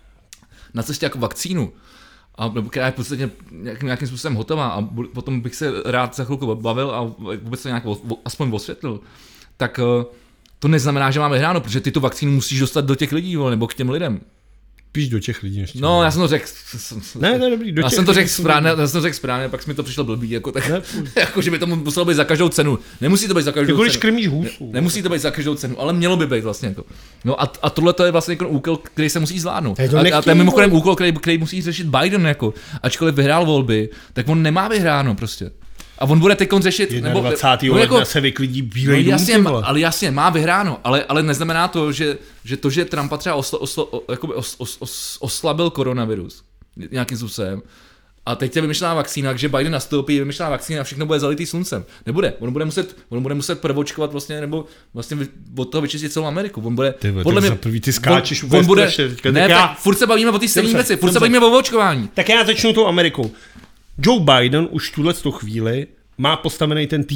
na cestě jako vakcínu, a nebo která je v podstatě nějakým, nějakým způsobem hotová a bu- potom bych se rád za chvilku bavil a vůbec to nějak o, o, aspoň osvětlil, tak uh, to neznamená, že máme hráno, protože ty tu vakcínu musíš dostat do těch lidí, vole, nebo k těm lidem. píš do těch lidí ještě. No, já jsem to řekl. Ne, to je dobrý. Do Já těch jsem to lidí řekl jsou správně, dobrý. já jsem to řekl správně, pak mi to přišlo blbý, jako tak, Ne, jako že by to muselo být za každou cenu. Nemusí to být za každou Jako když cenu. krmíš hůsu. Nemusí to být za každou cenu, ale mělo by být vlastně jako. No a, a tohle to je vlastně jako úkol, který se musí zvládnout. Je to A, a to je nechtějí, mimochodem vole. úkol, který, který musí řešit Biden jako. Ačkoliv vyhrál volby, tak on nemá vyhráno prostě. A on bude teď řešit, nebo dvacátého no ledna jako, se vyklidí no bílej dům, jasně, ty má- vole. ale jasně, má vyhráno, ale, ale neznamená to, že, že to, že Trumpa třeba oslo, oslo, o, jakoby os, os, os, oslabil koronavirus nějakým způsobem, a teď je vymyšlená vakcína, že Biden nastoupí, je vymyšlená vakcína a všechno bude zalitý sluncem. Nebude. On bude muset, on bude muset prvočkovat vlastně, nebo vlastně vy- od toho vyčistit celou Ameriku. On bude, Ty vole, tak za prvý ty skáčeš on, úplně on bude, strašně teďka, ne, tak tak já- furt se bavíme o té stejné Dobře, věci, furt se dobře. bavíme o očkování. Tak já začnu tou Amerikou. Joe Biden už tuhle tu chvíli má postavený ten tým,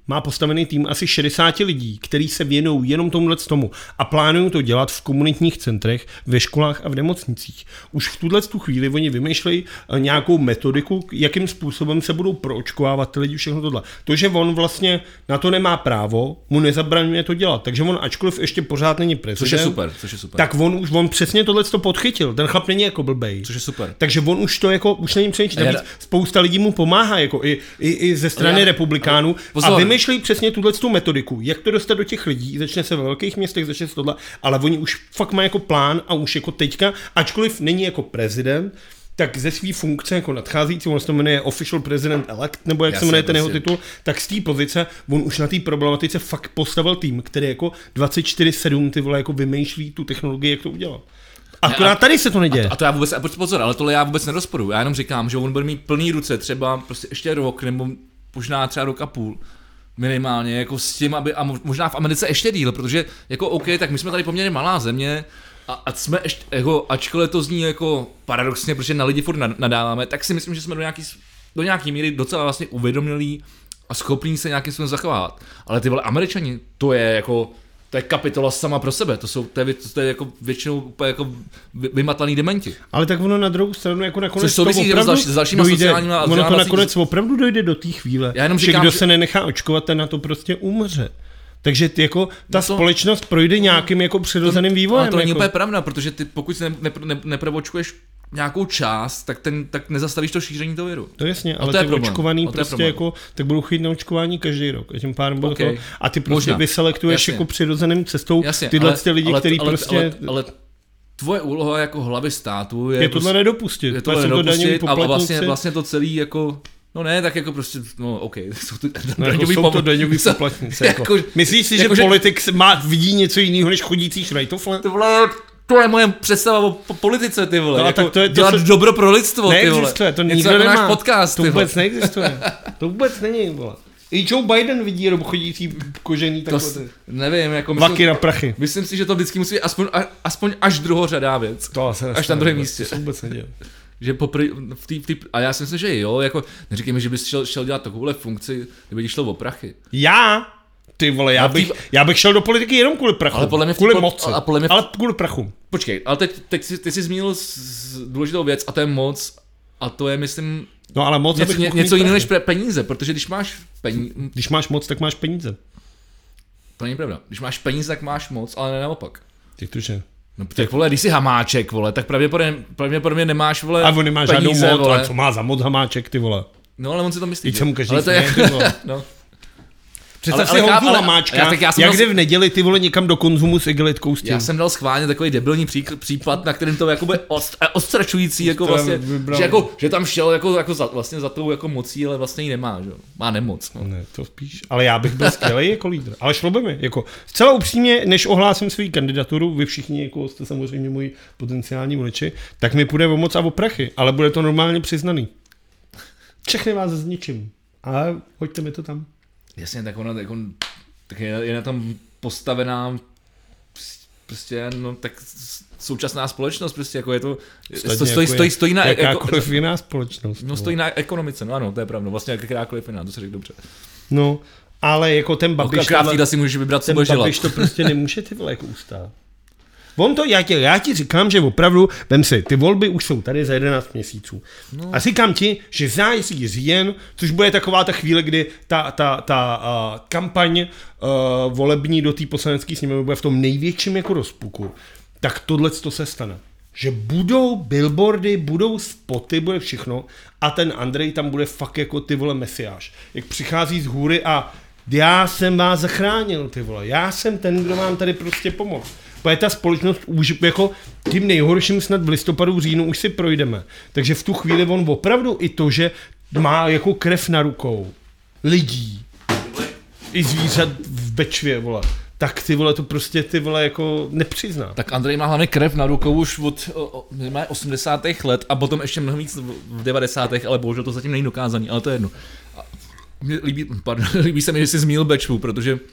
má postavený tým asi šedesát lidí, kteří se věnují jenom tomuhle tomu a plánují to dělat v komunitních centrech, ve školách a v nemocnicích. Už v tuhle tu chvíli oni vymýšlejí nějakou metodiku, jakým způsobem se budou proočkovávat ty lidi, všechno tohle. To, že on vlastně na to nemá právo, mu nezabraňuje to dělat. Takže on, ačkoliv ještě pořád není prezident, což je super, což je super. tak on už on přesně tohle to podchytil. Ten chlap není jako blbej. Což je super. Takže on už to jako už není přemýšlí. Navíc spousta lidí mu pomáhá jako i, i, i ze strany já, republikánů a vymýšlejí přesně tuhle tu metodiku, jak to dostat do těch lidí. Začne se ve velkých městech, začne se tohle, ale oni už fakt mají jako plán a už jako teďka, ačkoliv není jako prezident, tak ze své funkce jako nadcházející, on se to jmenuje Official President Elect, nebo jak Jasně, se jmenuje ten jeho titul, tak z té pozice on už na té problematice fakt postavil tým, který jako dvacet čtyři sedm ty vole jako vymýšlí tu technologii, jak to udělat. Akorát tady se to neděje. A to, a to já vůbec, a pozor, ale tohle já vůbec nerozporuju. Já jenom říkám, že on bude mít plný ruce třeba prostě ještě rok, nebo možná třeba rok a půl. Minimálně, jako s tím, aby, a možná v Americe ještě díl, protože jako OK, tak my jsme tady poměrně malá země, a, a jsme ještě, jako, ačkoliv to zní jako paradoxně, protože na lidi furt nadáváme, tak si myslím, že jsme do nějaký, do nějaký míry docela vlastně uvědomilí a schopní se nějakým způsobem zachovávat. Ale ty vole Američani, to je jako, to je kapitola sama pro sebe, to jsou, to je, to je jako většinou úplně jako vymatlaný dementi. Ale tak ono na druhou stranu jako nakonec to opravdu s dalšíma dojde, sociálníma ono to nakonec opravdu dojde do té chvíle, Já jenom že říkám, kdo že... se nenechá očkovat, ten na to prostě umře. Takže ty, jako, ta no to, společnost projde nějakým jako přirozeným vývojem. Ale to není jako. úplně pravda, protože ty pokud ne, ne, ne, neprovočkuješ nějakou část, tak, ten, tak nezastavíš to šíření toho viru. To jasně, ale ty očkovaný prostě jako, tak budou chodit na očkování každý rok. A tím pádem okay. to, a ty prostě Možná. vyselektuješ jasně. jako přirozeným cestou jasně, tyhle ale, ty lidi, ale, kteří prostě... Ale, ale, ale tvoje úloha jako hlavy státu je... Je tohle prostě, nedopustit. Je tohle nedopustit a vlastně, vlastně to celý jako... No ne, tak jako prostě, no OK, jsou to no, daňový jako jsou to daňový poplatníci. Jako. Jako, Myslíš si, jako, že, že politik má, vidí něco jiného než chodící šrajtofle? To vole, to je moje představa o politice, ty vole. No, jako tak to je, to dělat se... dobro pro lidstvo, ty vole. Neexistuje, to nikdo nemá. Náš podcast, to vůbec neexistuje. To vůbec není, vole. I Joe Biden vidí jenom chodící kožený takhle. To, nevím, jako myslím, vaky na prachy. Myslím si, že to vždycky musí být aspoň, aspoň až druhořadá věc. To se až na druhém místě. To se vůbec neděje. Že popry, v tý, v tý, a já si myslím, že jo, jako neříkej mi, že bys šel, šel dělat takovouhle funkci, kdyby ti šlo o prachy. Já? Ty vole, já bych, já bych šel do politiky jenom kvůli prachu. Ale podle mě kvůli po, moci. A podle mě ale kvůli prachu. Počkej, ale teď, teď jsi, ty jsi zmínil důležitou věc a to je moc a to je, myslím, no, ale moc, něco, ně, něco jiného než peníze, protože když máš peníze... Když máš moc, tak máš peníze. To není pravda. Když máš peníze, tak máš moc, ale ne naopak. Jak to, že? No tak vole, když jsi hamáček, vole, tak pravděpodobně, pravděpodobně nemáš, vole, a on nemá peníze, žádnou moc, vole. ale co má za moc hamáček, ty vole. No ale on si to myslí. Teď se mu každý ale to je, ty vole. No. Představ si Honzu Hamáčka, já, já jak jde dal... v neděli ty vole někam do konzumu s igelitkou s tím. Já jsem dal schválně takový debilní pří, případ, na kterým to jakoby ost, ostračující, jako vlastně, že, jako, že tam šel jako, jako za, vlastně za tou jako mocí, ale vlastně ji nemá, že? Má nemoc. No. Ne, to spíš, ale já bych byl skvělý jako lídr, ale šlo by mi, jako zcela upřímně, než ohlásím svou kandidaturu, vy všichni jako jste samozřejmě moji potenciální voliči, tak mi půjde o moc a o prachy, ale bude to normálně přiznaný. Všechny vás zničím a hoďte mi to tam. Jasně, tak ona tak, on, tak je, je na tom postavená prostě, no tak současná společnost, prostě jako je to, stojí, stojí, stojí, stojí, stojí na... Jakákoliv jako, jiná společnost. No stojí na ekonomice, no ano, to je pravda, vlastně jakákoliv jiná, to se řekl dobře. No, ale jako ten Babiš... Krátky si můžeš vybrat, co budeš dělat. Ten Babiš to prostě nemůže ty vole jako ustát. On to, já ti, já ti říkám, že opravdu, vem si, ty volby už jsou tady za jedenáct měsíců. No. A říkám ti, že září říjen, což bude taková ta chvíle, kdy ta, ta, ta uh, kampaň uh, volební do té poslanecké sněmovny bude v tom největším jako rozpuku, tak tohle to se stane. Že budou billboardy, budou spoty, bude všechno a ten Andrej tam bude fakt jako ty vole mesiáš. Jak přichází z hůry a já jsem vás zachránil, ty vole, já jsem ten, kdo vám tady prostě pomohl. Protože ta společnost už jako tím nejhorším snad v listopadu, říjnu už si projdeme. Takže v tu chvíli on opravdu i to, že má jako krev na rukou lidí, i zvířat v Bečvě, vole, tak ty vole to prostě ty vole jako nepřizná. Tak Andrej má hlavně krev na rukou už od osmdesátých let a potom ještě mnohem víc v devadesátých ale bohužel to zatím není dokázaný, ale to je jedno. Mě líbí, pardon, líbí se mi, že jsi zmínil Bečvu, protože uh,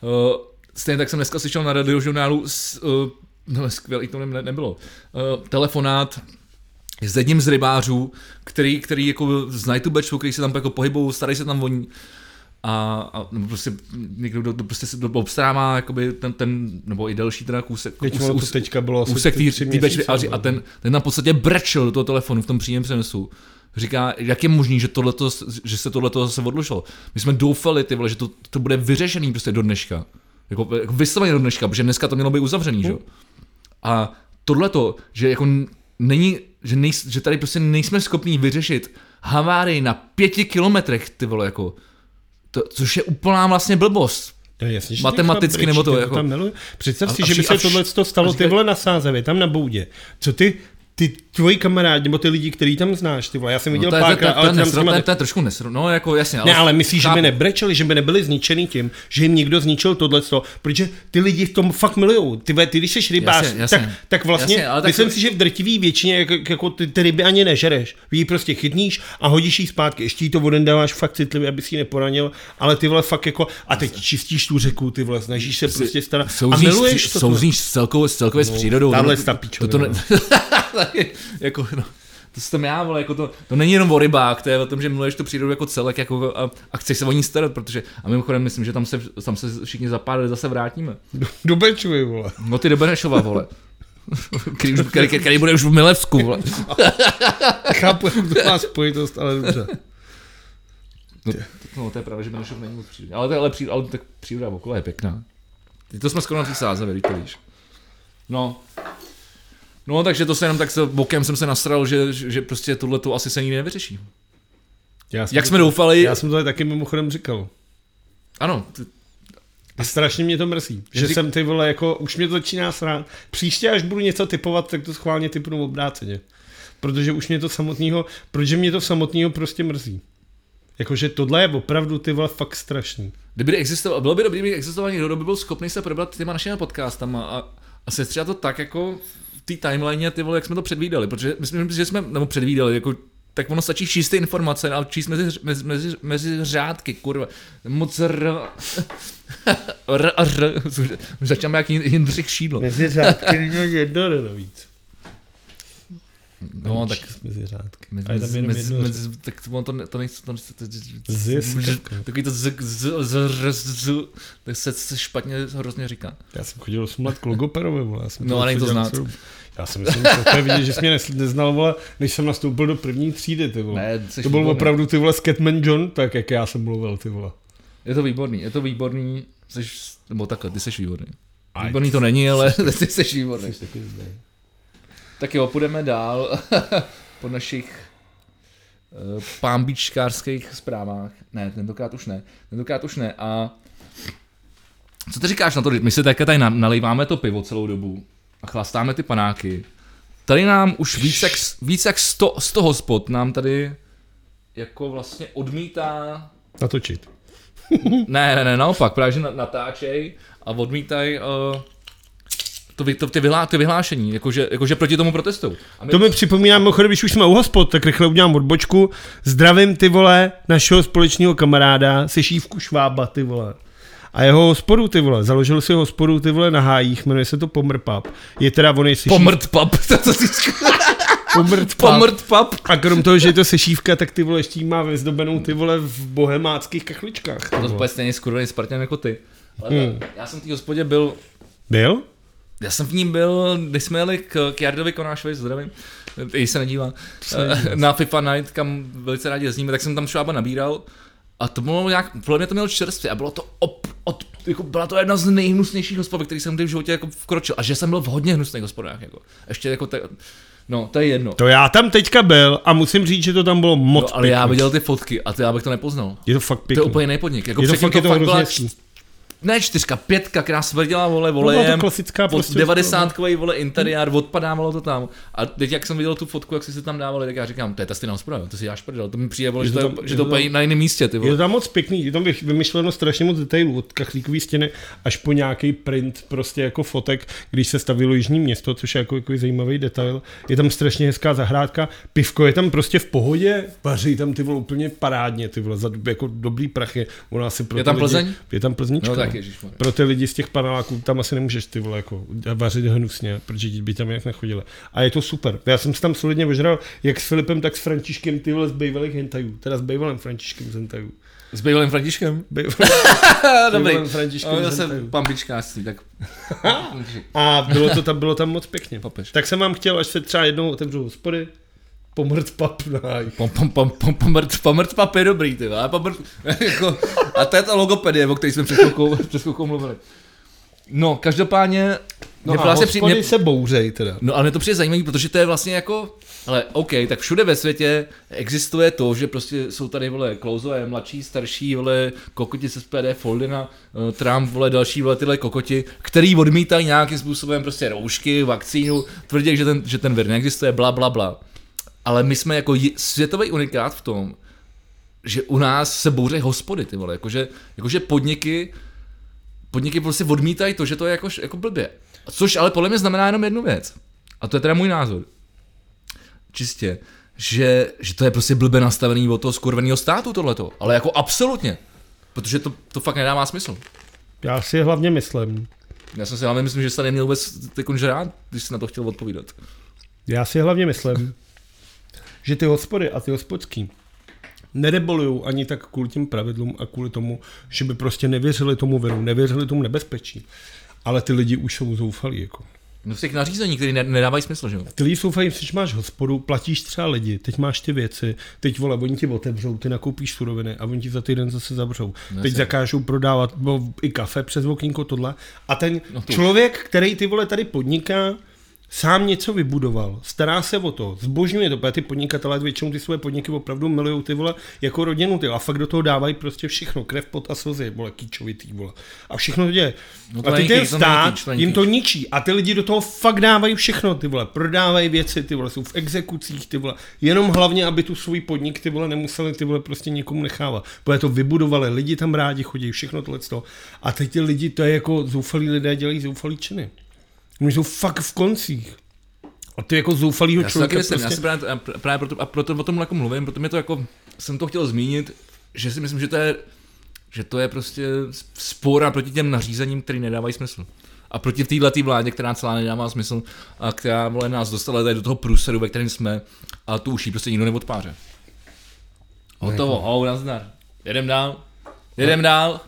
stejně tak jsem dneska slyšel na radiožurnálu, s, uh, no skvělý to ne, nebylo, uh, telefonát s jedním z rybářů, který, který jako znají tu Bečvu, který se tam jako pohybují, starají se tam o ní. a, a nebo prostě někdo, kdo prostě se obstarává jakoby ten, ten, nebo i další teda kůsek, Teď úsek, úsek, teďka bylo úsek tý, tý bečry, a, a ten, ten tam v podstatě brečel do toho telefonu v tom přímém přenosu. Říká, jak je možný, že, tohleto, že se tohleto zase odložilo. My jsme doufali, ty vole, že to, to bude vyřešený prostě do dneška. Jako, jako vysloveně do dneška, protože dneska to mělo být uzavřený, že jo. A tohleto, že jako není, že, nej, že tady prostě nejsme schopní vyřešit havárii na pěti kilometrech, ty vole, jako, to, což je úplná vlastně blbost. No, jasně, matematicky nebo to, jako. Tam představ si, a, a že by se tohle stalo, ty vole, na Sázavě, tam na Boudě. Co ty, ty tvoji kamarádi, nebo ty lidi, který tam znáš, ty vole, já jsem viděl no, párkrát, ale tam to, to, to je trošku nesro, no jako jasně. Ale ne, ale myslíš, že by nebrečeli, že by nebyli zničený tím, že jim někdo zničil tohleto, protože ty lidi v tom fakt milujou. Ty, ty když jsi rybář, jasně, jasně. Tak, tak vlastně, jasně, ale myslím tak... si, že v drtivý většině jako, jako ty, ty ryby ani nežereš. Vy ji prostě chytníš a hodíš jí zpátky. Ještě jí to voden dáváš fakt citlivě, aby si ji neporanil, ale ty vole fakt jako, a teď čistíš tu řeku, ty vole, snažíš se prostě starat. A miluješ to. Souzníš celkově s přírodou. Tamhle stapíčo. Jako, no, to jsem já, vole, jako to, to není jenom o rybách, to je o tom, že miluješ tu přírodu jako celek jako a, a chceš se o ní starat, protože, a mimochodem myslím, že tam se, tam se všichni za pár let zase vrátíme. Do, do Bečovy, vole. No ty do Benešova, vole. který, který, který, který bude už v Milevsku, vole. Chápu, jak to má spojitost, ale dobře. No, no to je pravda, že Benešov není moc příroda, ale, ale, ale, ale tak příroda okolo je pěkná. Teď to jsme skoro na té Sázavě, když to víš. No. No, takže to se jenom tak bokem jsem se nasral, že, že prostě tohle to asi se nikdy nevyřeší. Jak jsme to, doufali... Já jsem to taky mimochodem říkal. Ano. Ty... A strašně mě to mrzí, že řík... jsem ty vole jako, už mě to začíná srát. Příště, až budu něco typovat, tak to schválně typnu obráceně. Protože už mě to samotného, protože mě to samotného prostě mrzí. Jakože tohle je opravdu ty vole fakt strašný. Kdyby existoval, bylo by dobrý, kdyby existoval někdo, kdo by byl schopný se probrat těma našimi podcastama a, a sestřihat to tak jako v té timeline, ty vole, jak jsme to předvídali, protože myslím, že jsme, nebo předvídali, jako, tak ono stačí číst ty informace, ale číst mezi, mezi, mezi, mezi řádky, kurva, moc r, r, r, začínáme jak Jindřich Šídlo. Mezi řádky není jedno navíc. No, tak mezi řádky. Mezi, mezi, mezi, mezi, mezi, tak to, to, to nejsou, to, to, to, takový to z, z, z, z, tak se, se špatně hrozně říká. Já jsem chodil osm let k logoperovi, vole. Já jsem no a nejde to znát. Já jsem myslím, že to je vidět, že jsi mě neznal, vole, než jsem nastoupil do první třídy, ty vole. Ne, to byl výborný. Opravdu ty vole Scatman John, tak jak já jsem mluvil, ty vole. Je to výborný, je to výborný, seš, nebo takhle, ty seš výborný. Výborný to není, ale ty seš výborný. Tak jo, půjdeme dál po našich uh, pámbičkářských zprávách. Ne, tentokrát už ne. Tentokrát už ne. A co ty říkáš na to, my si také tady nalejváme to pivo celou dobu a chlastáme ty panáky. Tady nám už víc jak, víc jak sto, sto hospod nám tady jako vlastně odmítá... Natočit. ne, ne, ne, naopak, právě že natáčej a odmítaj... Uh, To, vy, to ty, vyhlá, ty vyhlášení, jakože, jakože proti tomu protestují. My... To mi připomíná, mimochodem, když už jsme u hospod, tak rychle udělám odbočku. Zdravím, ty vole, našeho společného kamaráda, Sešívku Švába, ty vole. A jeho hospodu, ty vole, založil si hospodu, ty vole, na Hájích, jmenuje se to Pomrpap. Je teda on je Sešív... Pomrtpap, to si Pomrtpap. Pomrtpap. A krom toho, že je to Sešívka, tak ty vole ještě má vyzdobenou ty vole v bohemáckých kachličkách. To je stejně skurvený Spartan jako ty. Ale hmm. Já jsem v té hospodě byl... Byl? Já jsem v ní byl, když jsme jeli k, k Jardovi Konášovi, zdravím, i se nedívá, na FIFA Night, kam velice rádi jezdíme, tak jsem tam Švába nabíral a to bylo nějak, podle mě to mělo čerstvě a bylo to op, od, jako byla to jedna z nejhnusnějších hospod, ve kterých jsem v životě jako vkročil a že jsem byl v hodně hnusných hospodách, jako, ještě jako te, no, to je jedno. To já tam teďka byl a musím říct, že to tam bylo moc no, ale pěkný. Já viděl ty fotky a to já bych to nepoznal. Je to fakt pěkný. To je úplně jiný podnik, jako je to fakt, to je to fakt byla ne, čtyřka, pětka, která smrdila, vole, volejem, prostě devadesátkovej, vole, interiér, odpadávalo to tam. A teď, jak jsem viděl tu fotku, jak si se tam dávali, tak já říkám, to je ta stejná hospoda, to si děláš prdel, to mi přijde, vole, že to, tam, že to úplně na jiném místě, ty vole. Je to tam moc pěkný, je tam vymyšleno strašně moc detailů, od kachlíkové stěny až po nějaký print, prostě jako fotek, když se stavilo Jižní Město, což je jako, jako zajímavý detail. Je tam strašně hezká zahrádka, pivko je tam prostě v pohodě, vaří tam ty vole úplně parádně, ty vole, za jako dobrý prachy. Ona si je tam Plzeň? Lidi, je tam Plznička. No, tak ježišmarja. Pro ty lidi z těch paneláků tam asi nemůžeš ty vole jako vařit hnusně, protože ti by tam jak nechodili. A je to super. Já jsem si tam solidně ožral jak s Filipem, tak s Františkem, ty vole z bývalých hentajů. Teda s bývalým Františkem z hentajů. S bývalým Františkem? Dobrý. Františkem zase pambičkářství, tak... A bylo to tam, bylo tam moc pěkně. Papež. Tak jsem vám chtěl, až se třeba jednou otevřu hospody, pomrt pap na pom, pom, pom, pom, pomrt, pomrt pap je dobrý, ty a, pomrt, jako, a to je ta logopedie, o které jsme před chvilkou, před chvilkou mluvili. No, každopádně... No a vlastně hospody při, mě, se bouřej teda. No ale mě to přijde zajímavý, protože to je vlastně jako... Ale OK, tak všude ve světě existuje to, že prostě jsou tady, vole, klouzové, mladší, starší, vole, kokoti z S P D, Foldina, Trump, vole, další, vole, tyhle kokoti, který odmítají nějakým způsobem prostě roušky, vakcínu, tvrdí, že ten, že ten vir neexistuje, bla, bla, bla. Ale my jsme jako světový unikát v tom, že u nás se bouří hospody, ty vole, jakože, jakože podniky, podniky prostě odmítají to, že to je jako, jako blbě. Což ale podle mě znamená jenom jednu věc. A to je teda můj názor. Čistě, že, že to je prostě blbě nastavený od toho skurveného státu tohleto. Ale jako absolutně. Protože to, to fakt nedává smysl. Já si hlavně myslím. Já jsem si hlavně myslím, že jsi neměl vůbec tykonže rád, když jsi na to chtěl odpovídat. Já si hlavně myslím, že ty hospody a ty hospodský nerebolujou ani tak kvůli těm pravidlům a kvůli tomu, že by prostě nevěřili tomu viru, nevěřili tomu nebezpečí. Ale ty lidi už jsou zoufalí, jako. No z těch nařízení, které nedávají smysl, že jo? Ty lidi soufají, když máš hospodu, platíš třeba lidi, teď máš ty věci, teď vole, oni ti otevřou, ty nakoupíš suroviny a oni ti za týden zase zavřou. No, teď zakážou prodávat bo, i kafe přes okýnko tohle. A ten no člověk, který ty vole tady podniká, sám něco vybudoval, stará se o to, zbožňuje to, protože ty podnikatelé většinou ty své podniky opravdu milujou ty vole jako rodinu, ty a fakt do toho dávají prostě všechno, krev, pot a slzy, vole, kýčovitý, vole. A všechno to děje. No to a ty ten stát jim to ničí a ty lidi do toho fakt dávají všechno, ty vole, prodávají věci, ty vole, jsou v exekucích, ty vole, jenom hlavně, aby tu svůj podnik, ty vole, nemuseli ty vole prostě někomu nechávat. Protože to vybudovali, lidi tam rádi chodí, všechno tohle z toho. A teď ty lidi, to je jako zoufalí lidé dělají zoufalý činy. Oni jsou fakt v koncích. A ty jako zoufalýho já člověka myslím, prostě... Já si právě, právě proto, a proto o tom jako mluvím, proto mě to jako, jsem to chtěl zmínit, že si myslím, že to je, že to je prostě spora proti těm nařízením, které nedávají smysl. A proti této vládě, která celá nedává smysl a která, vole, nás dostala tady do toho průseru, ve kterém jsme, a tu už jí prostě nikdo neodpáře. Hotovo, hou, nazdar. Jedem dál, jedem dál.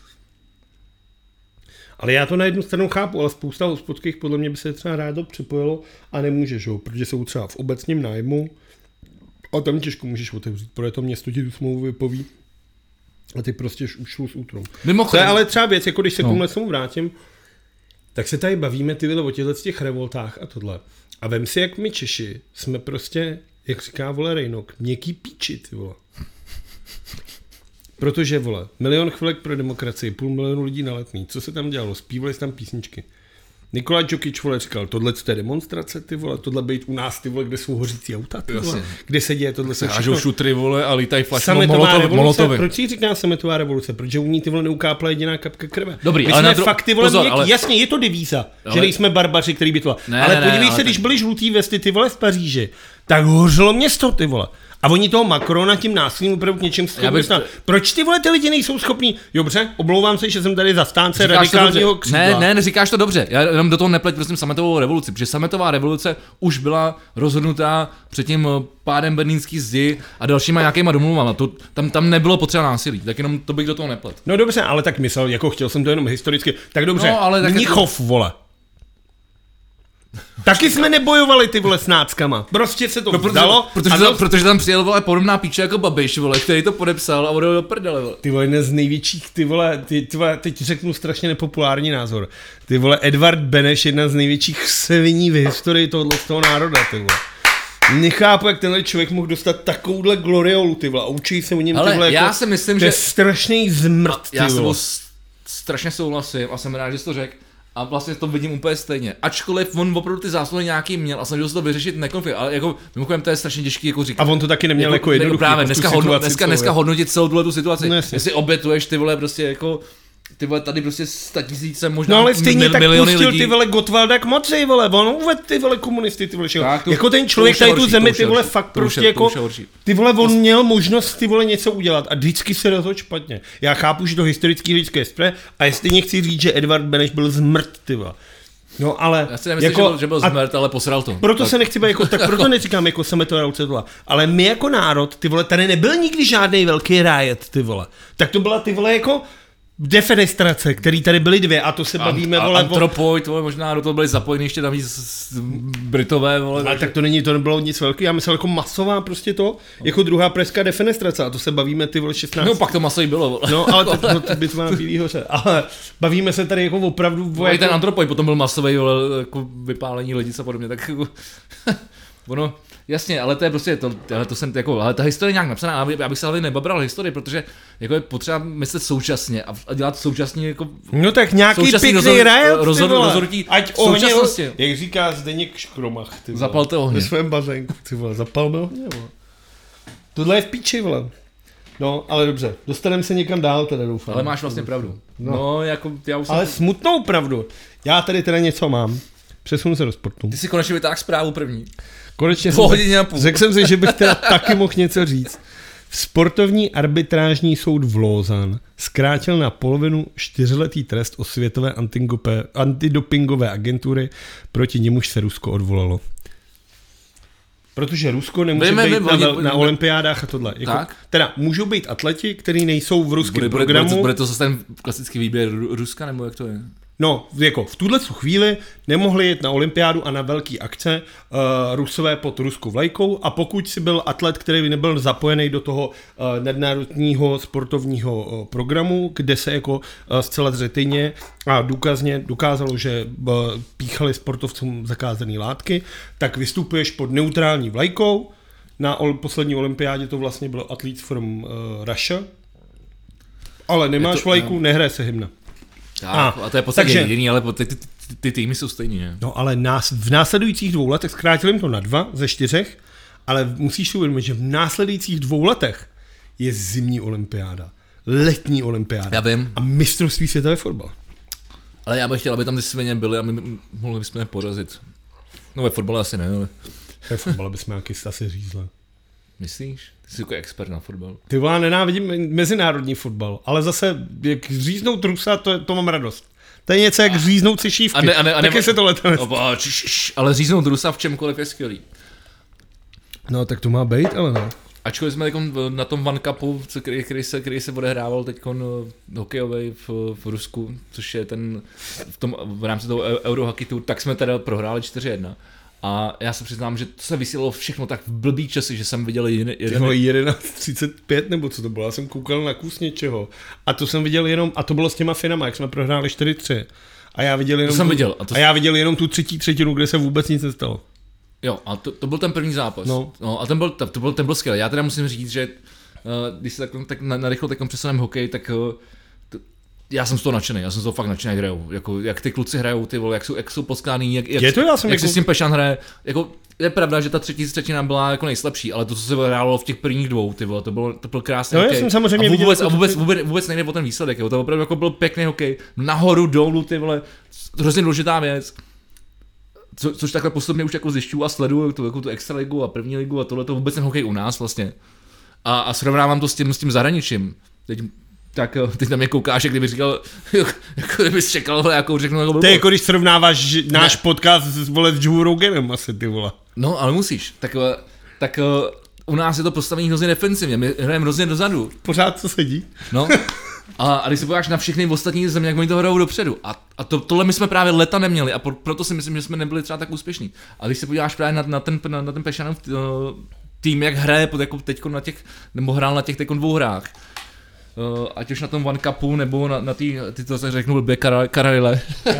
Ale já to na jednu stranu chápu, ale spousta hospodských podle mě by se třeba rádo připojilo a nemůžeš, jo, protože jsou třeba v obecním nájmu a tam těžko můžeš otevřít, protože to město ti tu smlouvu vypoví a ty prostě už šlu s útrou. To je ale třeba věc, jako když se k tomuhle tomu vrátím, tak se tady bavíme ty o těchto těch revoltách a tohle. A vem si, jak my Češi jsme prostě, jak říká vole Rejnok, měkký píči, ty vole. Protože, vole, milion chvilek pro demokracii, půl milionu lidí na Letný. Co se tam dělalo? Zpívali se tam písničky. Nikolaj Djokic, vole, říkal, tohle je demonstrace, ty vole, tohle být u nás, ty vole, kde jsou hořící auta, ty vole, kde se děje tohle se všechno. Hážou šutry, vole, a lítají flašnou molotovy. Proč jí říká sametová revoluce? Protože u ní ty vole neukápla jediná kapka krve. Dobrý, my ale jsme dru... fakt ty vole Pozor, měký, ale... jasně, je to devíza, ale... že nejsme barbaři, který by to. Ne, ale ne, podívej ne, se, ale když tak... byly žlutý vesty, ty vole v Paříži, tak hořelo město, ty vole. A oni toho Macrona tím násilím opravdu k něčem schopni. Bych... Proč ty vole ty lidi nejsou schopní? Dobře, omlouvám se, že jsem tady zastánce říkáš radikálního křídla. Ne, ne, neříkáš to dobře. Já jenom do toho nepleť prosím sametovou revoluci, protože sametová revoluce už byla rozhodnutá před tím pádem berlínský zdi a dalšíma nějakýma domluvama. To, tam, tam nebylo potřeba násilí, tak jenom to bych do toho neplet. No dobře, ale tak myslel, jako chtěl jsem to jenom historicky. Tak dobře, no, ale tak Mnichov, to... vole. Taky jsme nebojovali ty vole s náckama. Prostě se to no, vzdalo. Protože, protože, to, protože tam přijel vole podobná píče jako Babiš, vole, který to podepsal a odjel do prdele, vole. Ty vole, jeden z největších, ty vole, ty, ty vole, teď řeknu strašně nepopulární názor. Ty vole, Edvard Beneš, jedna z největších sviní v historii tohoto z toho národa, ty vole. Nechápu, jak tenhle člověk mohl dostat takovouhle gloriolu, ty vole, a učí se o něm, ty vole, já jako, si myslím, to je že... strašný zmrt, ty já vole. s strašně souhlasím a jsem rád, že jsi to řekl. A vlastně to vidím úplně stejně. Ačkoliv on opravdu ty zásluhy nějaký měl a snažil se to vyřešit nekonflikt, ale jako mimochodem to je strašně těžký jako říkat. A on to taky neměl jako, jako jednoduchý. Právě dneska, hodno, dneska, dneska hodnotit celou tuhle tu situaci. No, jestli obětuješ ty vole prostě jako ty vole, tady prostě statisíce, možná no ale stejně mil, tak miliony pustil lidí. ty vole Gottwalda k moci, vole, on uvedl ty vole komunisty, ty vole, Tak, to, jako ten člověk tady tu zemi, ty vole, fakt prostě je, jako, ty vole, on to... měl možnost ty vole něco udělat a vždycky se rozhodl špatně. Já chápu, že to historický lidské spre a stejně chci říct, že Edvard Beneš byl zmrt, ty vole. No ale já si nemyslím, jako, že byl, že byl zmrt, ale posral to. Proto tak. se nechci být jako, tak proto neříkám jako sametová tohle. Ale my jako národ, ty vole, tady nebyl nikdy žádný velký riot, ty vole. Tak to byla ty vole jako defenestrace, který tady byly dvě a to se bavíme, a, vole. Antropoid, vole, možná do toho byli zapojeni ještě navíc Britové, vole. Ale tak to není, to nebylo nic velkého, já myslel jako masová prostě to, jako druhá pražská defenestrace a to se bavíme ty vole šestnáct. No pak to masový bylo, vole. No ale to, to, to bitva na Bílý hoře, ale bavíme se tady jako opravdu. No, jako... ten Antropoid potom byl masový, vole, jako vypálení lidí a podobně, tak jako, ono, jasně, ale to je prostě, to, ale to jsem jako, ale ta historie nějak napsaná, já bych se hlavně nebabral historii, protože jako je potřeba myslet současně a, a dělat současně jako... No tak nějaký pěkný rozhod, riot, rozhod, rozhodnutí ať ohně, jak říká Zdeněk Škromach, ty vole. Zapalte ohně. Ve svém bazénku, ty vole, zapalme ohně, vole. Tohle je v píči, vole. No, ale dobře, dostaneme se někam dál teda, doufám. Ale máš vlastně pravdu. No, no jako já už ale jsem... smutnou pravdu. Já tady teda něco mám. Přesunu se do sportu. Ty si konečně vytáhl zprávu první. Konečně po hodině a půl. Řekl jsem si, že bych teda taky mohl něco říct. Sportovní arbitrážní soud v Lausanne zkrátil na polovinu čtyřletý trest od světové antidopingové agentury, proti němuž se Rusko odvolalo. Protože Rusko nemůže víme, být víme, na, víme, na olympiádách a tohle. Jako, teda můžou být atleti, kteří nejsou v ruském bude, programu. Bude, bude to zase ten klasický výběr Ruska, nebo jak to je? No, jako v tuhle chvíli nemohli jít na olympiádu a na velký akce uh, Rusové pod ruskou vlajkou a pokud si byl atlet, který nebyl zapojený do toho uh, nadnárodního sportovního uh, programu, kde se jako uh, zcela zřetelně a důkazně dokázalo, že uh, píchali sportovcům zakázané látky, tak vystupuješ pod neutrální vlajkou. Na ol- poslední olympiádě to vlastně bylo Athletes from uh, Russia, ale nemáš to, vlajku, no. Nehraje se hymna. Tak, a, a to je podstatě takže, jediný, ale ty, ty, ty, ty týmy jsou stejný, ne? No ale nás, v následujících dvou letech zkrátili jim to na dva ze čtyřech, ale musíš si uvědomit, že v následujících dvou letech je zimní olympiáda, letní olympiáda já vím. A mistrovství světové fotbal. Ale já bych chtěl, aby tam ty svině byly a my mohli bychom je porazit. No ve fotbale asi ne, ale... Ve fotbale bychom nějaký asi řízli. Myslíš? Ty jsi jako expert na fotbal. Ty vole, nenávidím mezinárodní fotbal, ale zase, jak říznout Rusa, to, to mám radost. To je něco, jak říznout si šívky. A ne, a ne, a ne, taky se to leta nestane. Ale říznout Rusa v čemkoliv je skvělý. No, tak to má být, ale ne. Ačkoliv jsme na tom One Cupu, který, který, se, který se odehrával teď hokejový v, v Rusku, což je ten v, tom, v rámci toho Eurohockey Tour, tak jsme teda prohráli čtyři jedna. A já se přiznám, že to se vysílalo všechno tak v blbý časy, že jsem viděl jeden... jedenáct třicet pět nebo co to bylo, já jsem koukal na kus něčeho. A to jsem viděl jenom, a to bylo s těma Finama, jak jsme prohráli čtyři tři. A já viděl jenom, to jsem tu, viděl, a, to a já viděl jenom tu třetí třetinu, kde se vůbec nic nestalo. Jo, a to, to byl ten první zápas. No. no a ten byl, to byl, ten byl skvělý. Já teda musím říct, že uh, když se tak, tak na, na rychlo takom přesunem hokej, tak uh, to, já jsem z toho nadšený, já jsem z toho fakt nadšený, jak hrajou. Jako, jak ty kluci hrajou, ty vole, jak jsou, jak jsou poskládaný, jak, jak, je to, já jsem jak jako... si s tím Pešan hraje. Jako, je pravda, že ta třetí třetina byla jako nejslabší, ale to, co se hrálo v těch prvních dvou, ty vole, to bylo, to bylo krásný no, hokej. Já jsem samozřejmě a vůbec, viděl, a vůbec, vůbec, vůbec nejde o ten výsledek, jo. To opravdu jako byl pěkný hokej, nahoru, dolů, ty vole, hrozně důležitá věc. Co, což takhle postupně už jako zjišťuju a sleduju tu, jako tu extraligu a první ligu a tohle to vůbec ten hokej u nás vlastně. A, a srovnávám to s tím, s tím zahraničím. Teď, tak teď na mě koukáš, jak kdyby říkal, jako kdybys čekal, jako řeknu jako to je jako když srovnáváš náš ne. podcast s, vole, s Joe Roganem asi, ty vole. No, ale musíš. Tak, tak u nás je to postavení hrozně defensivně, my hrajeme hrozně dozadu. Pořád co sedí. No. A, a když se podíváš na všechny ostatní země, jak oni to hrajou dopředu. A, a to, tohle my jsme právě leta neměli a pro, proto si myslím, že jsme nebyli třeba tak úspěšní. A když se podíváš právě na, na ten, na, na ten Pešanův tým, jak hraje jako teďko na těch, nebo hrál na těch teďko dvou hrách. Uh, ať už na tom One Cupu, nebo na, na tý, ty to se řeknu blbě, Kararile.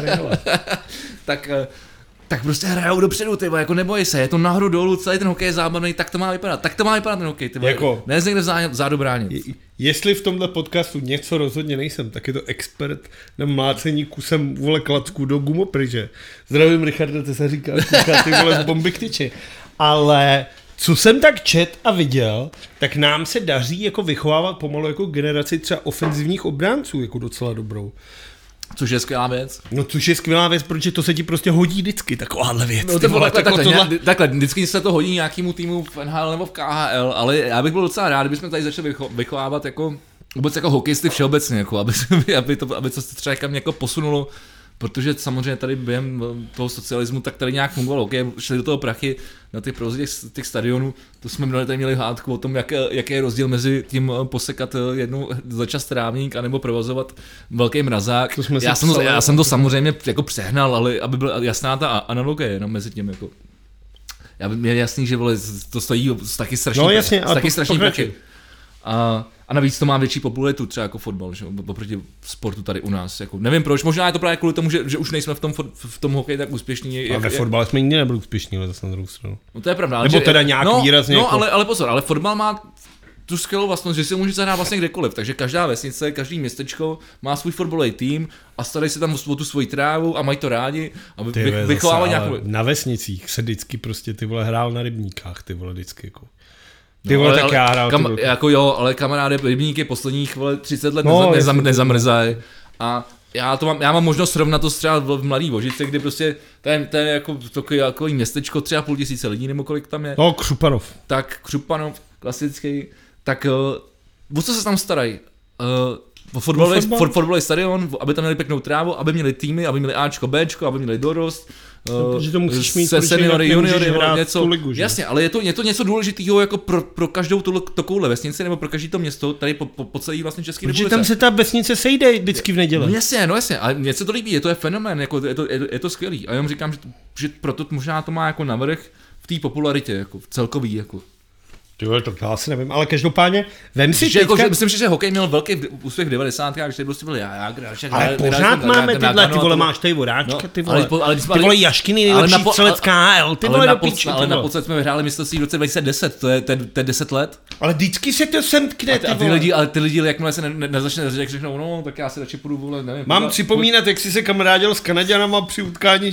tak, tak prostě hrajou dopředu, ty vole, jako nebojí se, je to nahoru dolů, celý ten hokej je zábavný, tak to má vypadat, tak to má vypadat ten hokej, ty vole, jako, ne z někde vzadu bránit. Je, jestli v tomhle podcastu něco rozhodně nejsem, tak je to expert na mlácení kusem, vole, klacků do gumopryže. Zdravím, Richarde, ty se říká, kuka, ty vole, z bomby k tyči. Ale co jsem tak čet a viděl, tak nám se daří jako vychovávat pomalu jako generaci třeba ofenzivních obránců jako docela dobrou. Což je skvělá věc. No což je skvělá věc, protože to se ti prostě hodí vždycky, takováhle věc. No, vole, takhle, takhle, tohle... takhle, vždycky se to hodí nějakému týmu v N H L nebo v K H L, ale já bych byl docela rád, kdybychom tady začali vycho- vychovávat jako vůbec jako hokejisty všeobecně, jako, aby, aby, to, aby to se třeba někam jako posunulo, protože samozřejmě tady během toho socialismu tak tady nějak fungovalo, okay, šli do toho prachy na ty provozy těch, těch stadionů, to jsme měli tady měli hádku o tom, jak, jaký je rozdíl mezi tím posekat jednou za čas trávník anebo provozovat velký mrazák. Já jsem, to, já jsem to samozřejmě jako přehnal, ale aby byla jasná ta analogie no, mezi tím jako. Já by měl jasný, že vole, to stojí taky strašný, no, jasně, taky strašný prachy. A, a navíc to má větší popularitu, třeba jako fotbal, že oproti sportu tady u nás. Jako, nevím proč, možná je to právě kvůli tomu, že, že už nejsme v tom, v tom hokeji tak úspěšní. A ve fotbale jsme nikdy nebyli úspěšní, ale zase na druhou stranu. No to je pravda. Nebo teda nějak no, výrazně. No, jako... ale, ale pozor, ale fotbal má tu skvělou vlastnost, že si může zahrát vlastně kdekoliv, takže každá vesnice, každý městečko má svůj fotbalový tým a starají se tam o tu svoji trávu a mají to rádi a vy, vychovávají nějakou... Na vesnicích se vždycky prostě ty vole hrál na rybníkách, ty vole vždycky jako. Ty vole, no, tak já hrál kam, jako jo, ale kamaráde, rybníky posledních vole, třicet let no, nezam, nezamrzají. A já, to mám, já mám možnost srovnat to třeba v Mladý Vožice, kdy prostě to je, to je jako takový jako městečko, třeba půl tisíce lidí, nebo kolik tam je. No, Křupanov. Tak Křupanov, klasický, tak uh, o co se tam starají? Uh, fotbalový, fotbal? fotbalový stadion, aby tam měli pěknou trávu, aby měli týmy, aby měli Ačko, Bčko, aby měli dorost. No, protože to musíš mít, se seniory, juniory, něco, ligu, jasně, ale je to, je to něco důležitého jako pro, pro každou tu takovouhle vesnici nebo pro každý to město tady po, po, po celý vlastně České republice. Protože tam se ta vesnice sejde vždycky v neděli. No jasně, no jasně, ale mně se to líbí, je to je fenomén, jako je to, je to, je to skvělý a jenom říkám, že, že proto možná to má jako navrch v té popularitě, jako v celkový, jako. Jo, to já asi nevím, ale každopádně vem si teďka... jako, že, myslím, že hokej měl velký úspěch v devadesátkách, že tady prostě byli já, já, já, ale já, pořád já, máme tyhle, ty vole, máš tady vodáčka, ty vole, ale, ale, ty vole Jaškiny, nejlepší střelec K H L, ty vole do píči, ale naposled jsme vyhráli mistrovství v roce dva tisíce deset, to je, to je, to je deset let. Ale vždycky se to semkne, ty a ty lidi, ale ty lidi, jakmile se ne, nezačne říct, řeknou, no, tak já si radši půjdu, vole, nevím. Mám připomínat, jak jsi se kamarádil s Kanaďanama při utkání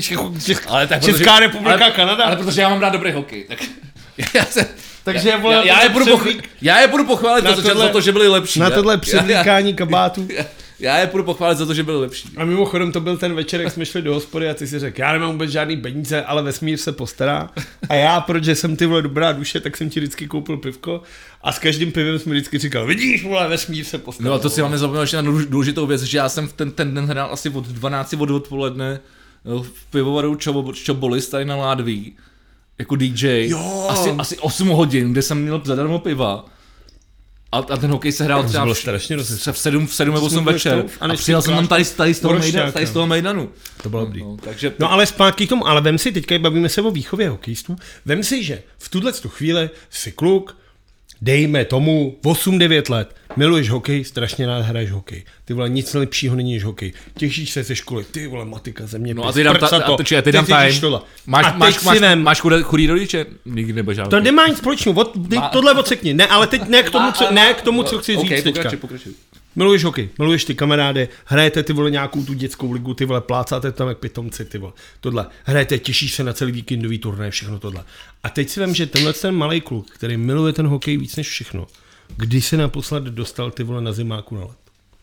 Česká republika Kanada. Ale protože já mám rád dobrý hokej, tak já se Takže já, já, já, je budu pochválit, já je budu pochválit za, tohle, za to, že byli lepší. Na tohle předlíkání kabátů. Já, já je budu pochválit za to, že byli lepší. A mimochodem to byl ten večer, jak jsme šli do hospody a ty si řekl, já nemám vůbec žádný peníze, ale vesmír se postará. A já, protože jsem ty vole dobrá duše, tak jsem ti vždycky koupil pivko a s každým pivem jsme vždycky říkal, vidíš, vole, vesmír se postará. No a to si máme zapomněl ještě na důležitou věc, že já jsem ten, ten den hrál asi od dvanácti od odpoledne v pivovaru Čobolis tady na Ládví. Jako D J, asi, asi osm hodin, kde jsem měl zadarmo piva. A, a ten hokej se hrál třeba v, v sedm, v sedm nebo osm večer. A, a přijel jsem tam tady, tady, z toho Mejdanu, tady z toho Mejdanu. To bylo dobrý. No, takže... no ale zpátky k tomu, ale vem si, teďka bavíme se o výchově hokejistů, vem si, že v tuhle chvíli si kluk, dejme tomu osm devět let, miluješ hokej, strašně rád hraješ hokej. Ty vole, nic lepšího není než hokej. Těšíš se ze školy, ty vole, matika, země. No a ty dám, ta, a ty, ty dám time. Máš, a máš, máš, vem, máš chudý rodiče? Nikdy nebo žádný. To nemá nic společného, od, Má... tohle odsekni. Ne, ale teď ne k tomu, co, ne k tomu, co chci okay, říct pokračuj, teďka. Pokračuj. Miluješ hokej, miluješ ty kamarády, hrajete ty vole nějakou tu dětskou ligu, ty vole plácáte tam jak pitomci, ty vole. Tohle, hrajete, těšíš se na celý víkendový turnaj, všechno tohle. A teď si vem, že tenhle ten malej kluk, který miluje ten hokej víc než všechno, kdy se naposled dostal ty vole na zimáku na let?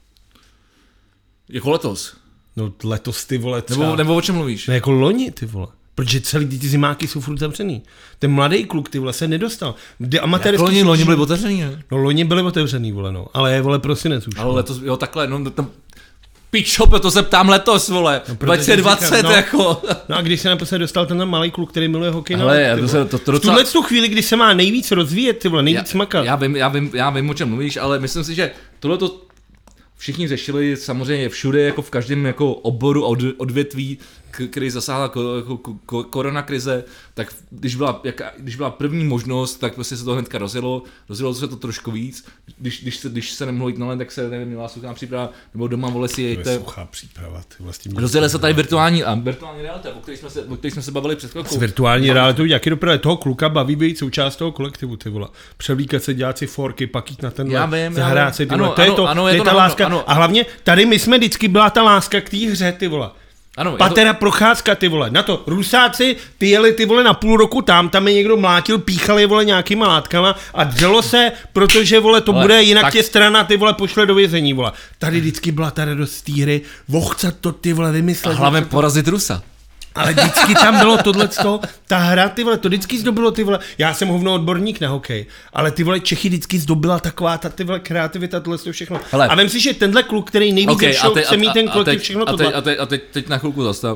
Jako letos? No letos ty vole třeba. Nebo, nebo o čem mluvíš? No jako loni ty vole. Protože celý ty zimáky jsou furt zavřený. Ten mladý kluk ty vole se nedostal. Jak loni, loni byli otevřený, ne? No loni byli otevřený, vole no. Ale je vole prosinec už. Ale letos, jo takhle, no tam... Pičo, to se ptám letos, vole, no, dvacet dvacet, no, jako. No a když se naposled dostal ten malý kluk, který miluje hokej na let, to se, to, to docela... v tuhle tu chvíli, kdy se má nejvíc rozvíjet, ty vole, nejvíc já, makat. Já vím, já, vím, já vím, o čem mluvíš, ale myslím si, že tohle to všichni řešili samozřejmě všude, jako v každém jako oboru, od, odvětví, který zasáhla ko, ko, ko, korona krize, tak když byla, jak, když byla první možnost, tak prostě se to hnedka rozjelo, rozjelo se to trošku víc, když, když, se, když se nemohlo jít na len, tak se nevím, měla suchá příprava, nebo doma vole si jejte. Suchá příprava, ty vlastně. Rozjeli se tady virtuální, a virtuální realita, o které jsme se, o které jsme se bavili před chvilkou. S virtuální realitou, jaký doprve toho kluka baví být součást toho kolektivu, ty vole. Převlíkat se, dělat si forky, pak jít na ten zahrát se, ty vole. To je to, to je ta láska. A hlavně tady my jsme vždycky byla ta láska k té hře, ty vole. Ano, Patera to... Procházka, ty vole, na to, Rusáci, ty jeli ty vole na půl roku tam, tam je někdo mlátil, píchali vole nějakýma látkama a dřelo se, protože vole to ale, bude, jinak tak... tě strana ty vole pošle do vězení, vole. Tady vždycky byla ta radost té hry, vochcat to ty vole vymyslet. A hlavně porazit Rusa. Ale vždycky tam bylo tohleto, ta hra, ty vole, to vždycky zdobilo ty vole, já jsem hovno odborník na hokej, ale ty vole Čechy vždycky zdobila taková ta ty vole kreativita, tohle to všechno. Hele. A vem si, že tenhle kluk, který nejvíc okay, šel, chce mít ten kluk, všechno a teď, tohle. A teď, a teď, teď na chvilku zastav.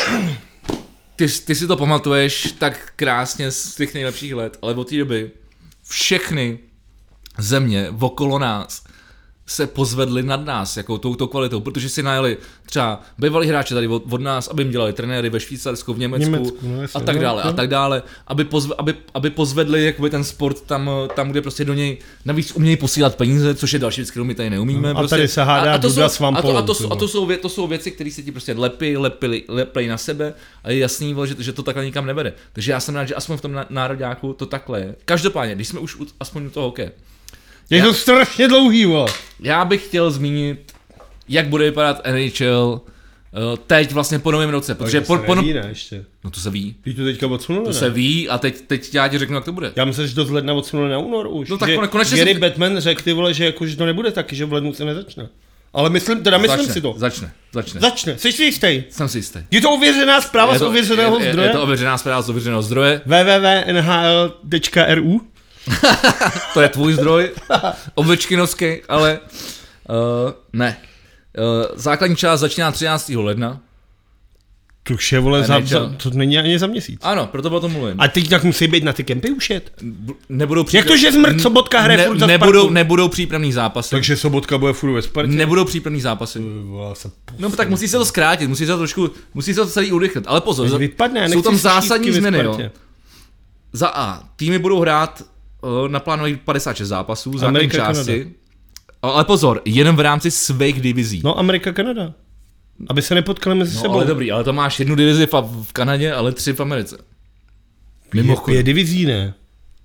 Ty, ty si to pamatuješ tak krásně z těch nejlepších let, ale od té doby všechny země okolo nás se pozvedli nad nás, jako touto kvalitou, protože si najeli třeba bývalí hráči tady od, od nás, aby jim dělali trenéry ve Švýcarsku, v Německu, Německu no jasně, a tak dále, no, a tak dále, aby, pozve, aby, aby pozvedli jakoby ten sport tam, tam, kde prostě do něj navíc umějí posílat peníze, což je další věc, kterou my tady neumíme. No, a prostě. tady se hádá Duda s Vampolou. A to, a to, a to, jsou, to jsou věci, které se ti prostě lepí, lepili, lepí na sebe a je jasný, že, že to takhle nikam nevede. Takže já jsem rád, že aspoň v tom nároďáku to takhle je. Každopádně, když jsme už aspoň u toho hokeje. Je já, to strašně dlouhý, vole. Já bych chtěl zmínit, jak bude vypadat N H L uh, teď vlastně po novém roce, protože po, se po neví, ne, ještě. No to se ví. Víš to teďka odsunuli, To ne? se ví a teď, teď já ti řeknu, jak to bude. Já myslím, že to z ledna odsunuli na únor už. No tak že konečně Gary jsem... Batman řekl, ty vole, že, jako, že to nebude taky, že v lednu se nezačne. Ale myslím, teda myslím začne, si to. Začne, začne. Začne, jsi si jistý? Jsem si jistý. Je to ověřená zpráva z ověřeného je, je, zdroje? Je to ověřená zpráva z ověřeného zdroje. w w w tečka n h l tečka r u To je tvůj zdroj, ovečkinovský, ale uh, ne. Uh, základní část začíná třináctého ledna. To už je, vole, za, za, to není ani za měsíc. Ano, proto o tom mluvím. A teď tak musí být na ty kempy už jet? Nebudou příprav... Jak to, že Zmrt Sobotka hraje ne, furt za nebudou, Spartu? nebudou přípravný zápasy. Takže Sobotka bude furt ve Spartě? Nebudou přípravný zápasy. No tak musí se to zkrátit, musí se to trošku, musí se to celý urychlit. Ale pozor, za, vypadne, jsou tam zásadní změny. Jo. Za A, týmy budou hrát uh, naplánovaných padesát šest zápasů, základní části. Kanada. Ale pozor, jen v rámci svých divizí. No Amerika, Kanada. Aby se nepotkali mezi no, sebou. Ale dobrý, ale to máš jednu divizi v, v Kanadě, ale tři v Americe. Mimochodem. Pět divizí, ne?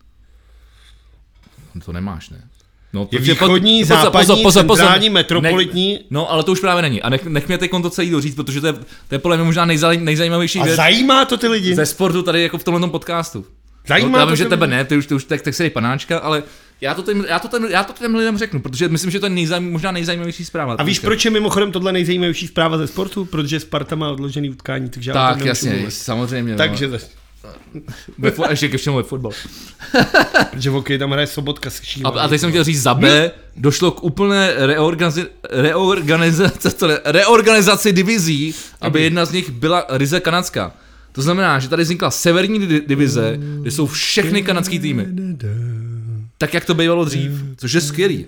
To nemáš, ne? No, je východní, pod, západní, pozor, pozor, pozor, centrální, metropolitní. Ne, no, ale to už právě není. A nech, nech mě teď to celý doříct, protože to je, to je podle mě možná nejzaj, nejzajímavější věc. A zajímá to ty lidi? Ze sportu tady jako v tomhle podcastu. Zajímá no, já to vím, že tebe lidi? ne, ty už, ty už tak, tak si dej panáčka, ale já to, těm, já, to těm, já to těm lidem řeknu, protože myslím, že to je nejzajím, možná nejzajímavější zpráva. A víš, proč je mimochodem tohle nejzajímavější zpráva ze sportu? Protože Sparta má odložený utkání, takže tak, já to jasně, mluvit. Samozřejmě. Takže no. Ve, ještě ke všemu ve fotbal. Protože v hokeji tam hraje Sobotka se šíma. A, a teď jsem chtěl říct za B, došlo k úplné reorganizaci, reorganizaci, reorganizaci divizí, aby jedna z nich byla ryze kanadská. To znamená, že tady vznikla severní divize, kde jsou všechny kanadský týmy. Tak, jak to bývalo dřív, což je skvělý.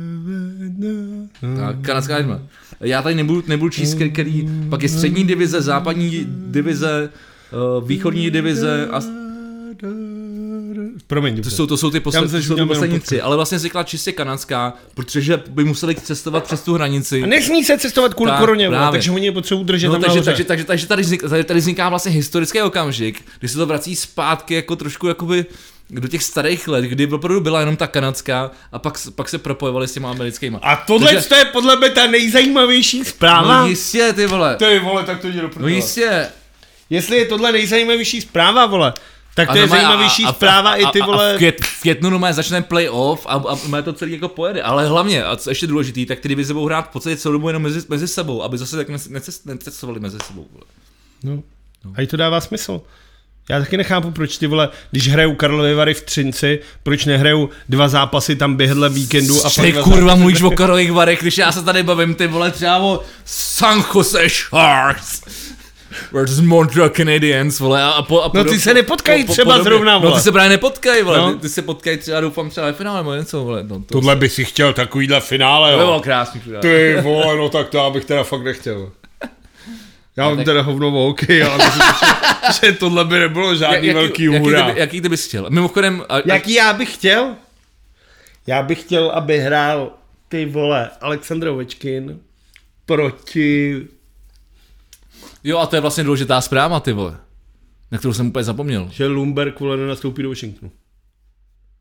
Tak, kanadská lidma. Já tady nebudu, nebudu číst, který, pak je střední divize, západní divize, východní divize a... Promiň, to jsou, to jsou ty poslední, jsou ty poslední tři, ale vlastně vznikla čistě kanadská, protože by museli cestovat přes tu hranici. A nesmí se cestovat kvůli tak, koroně, takže oni je potřebují držet no, tam takže, nahoře. takže, takže, takže tady, vznik, tady, tady vzniká vlastně historický okamžik, kdy se to vrací zpátky jako trošku jakoby do těch starých let, kdy opravdu byla jenom ta kanadská a pak, pak se propojovali s těma americkýma. A tohle takže, je podle mě ta nejzajímavější zpráva. No jistě, ty vole. Ty vole, tak to jde do No jistě. Jestli je tohle nejzajímavější zpráva, vole, tak to a je zajímavější a, zpráva a, i ty, vole. A v, květ, v květnu no začne playoff a, a má to celý jako pojede. Ale hlavně, a co ještě důležitý, tak ty divize budou hrát v podstatě celou dobu jenom mezi, mezi sebou, aby zase tak necestovali mezi sebou. Vole. No. no. A i to dává smysl. Já taky nechápu, proč ty vole, když hrajou Karlovy Vary v Třinci, proč nehrajou dva zápasy tam běhle víkendu a pak dva kurva zápasy... mluvíš o Karlových Varech, když já se tady bavím, ty vole, třeba o San Jose Sharks versus Montreal Canadiens, vole, a, po, a no ty se nepotkají po, po, třeba podobně. Zrovna, vole. No ty se právě nepotkají, vole, no. ty, ty se potkají třeba, doufám, třeba ve finále, nebo něco, vole. No, to Tohle se... by si chtěl, takovýhle finále, jo. To by bylo krásný finále. Ty vole, no tak to já bych teda fakt nechtěl. Já mám tak... teda hovno o hokej, ale myslím, že, že tohle by nebylo žádný jak, velký jaký, hurá. Jaký, ty, jaký ty bys chtěl? Mimochodem... A, a... Jaký já bych chtěl? Já bych chtěl, aby hrál ty vole Alexandr Ovečkin proti... Jo, a to je vlastně důležitá zpráva, ty vole. Na kterou jsem úplně zapomněl. Že Lumberg vole nenastoupí do Washingtonu.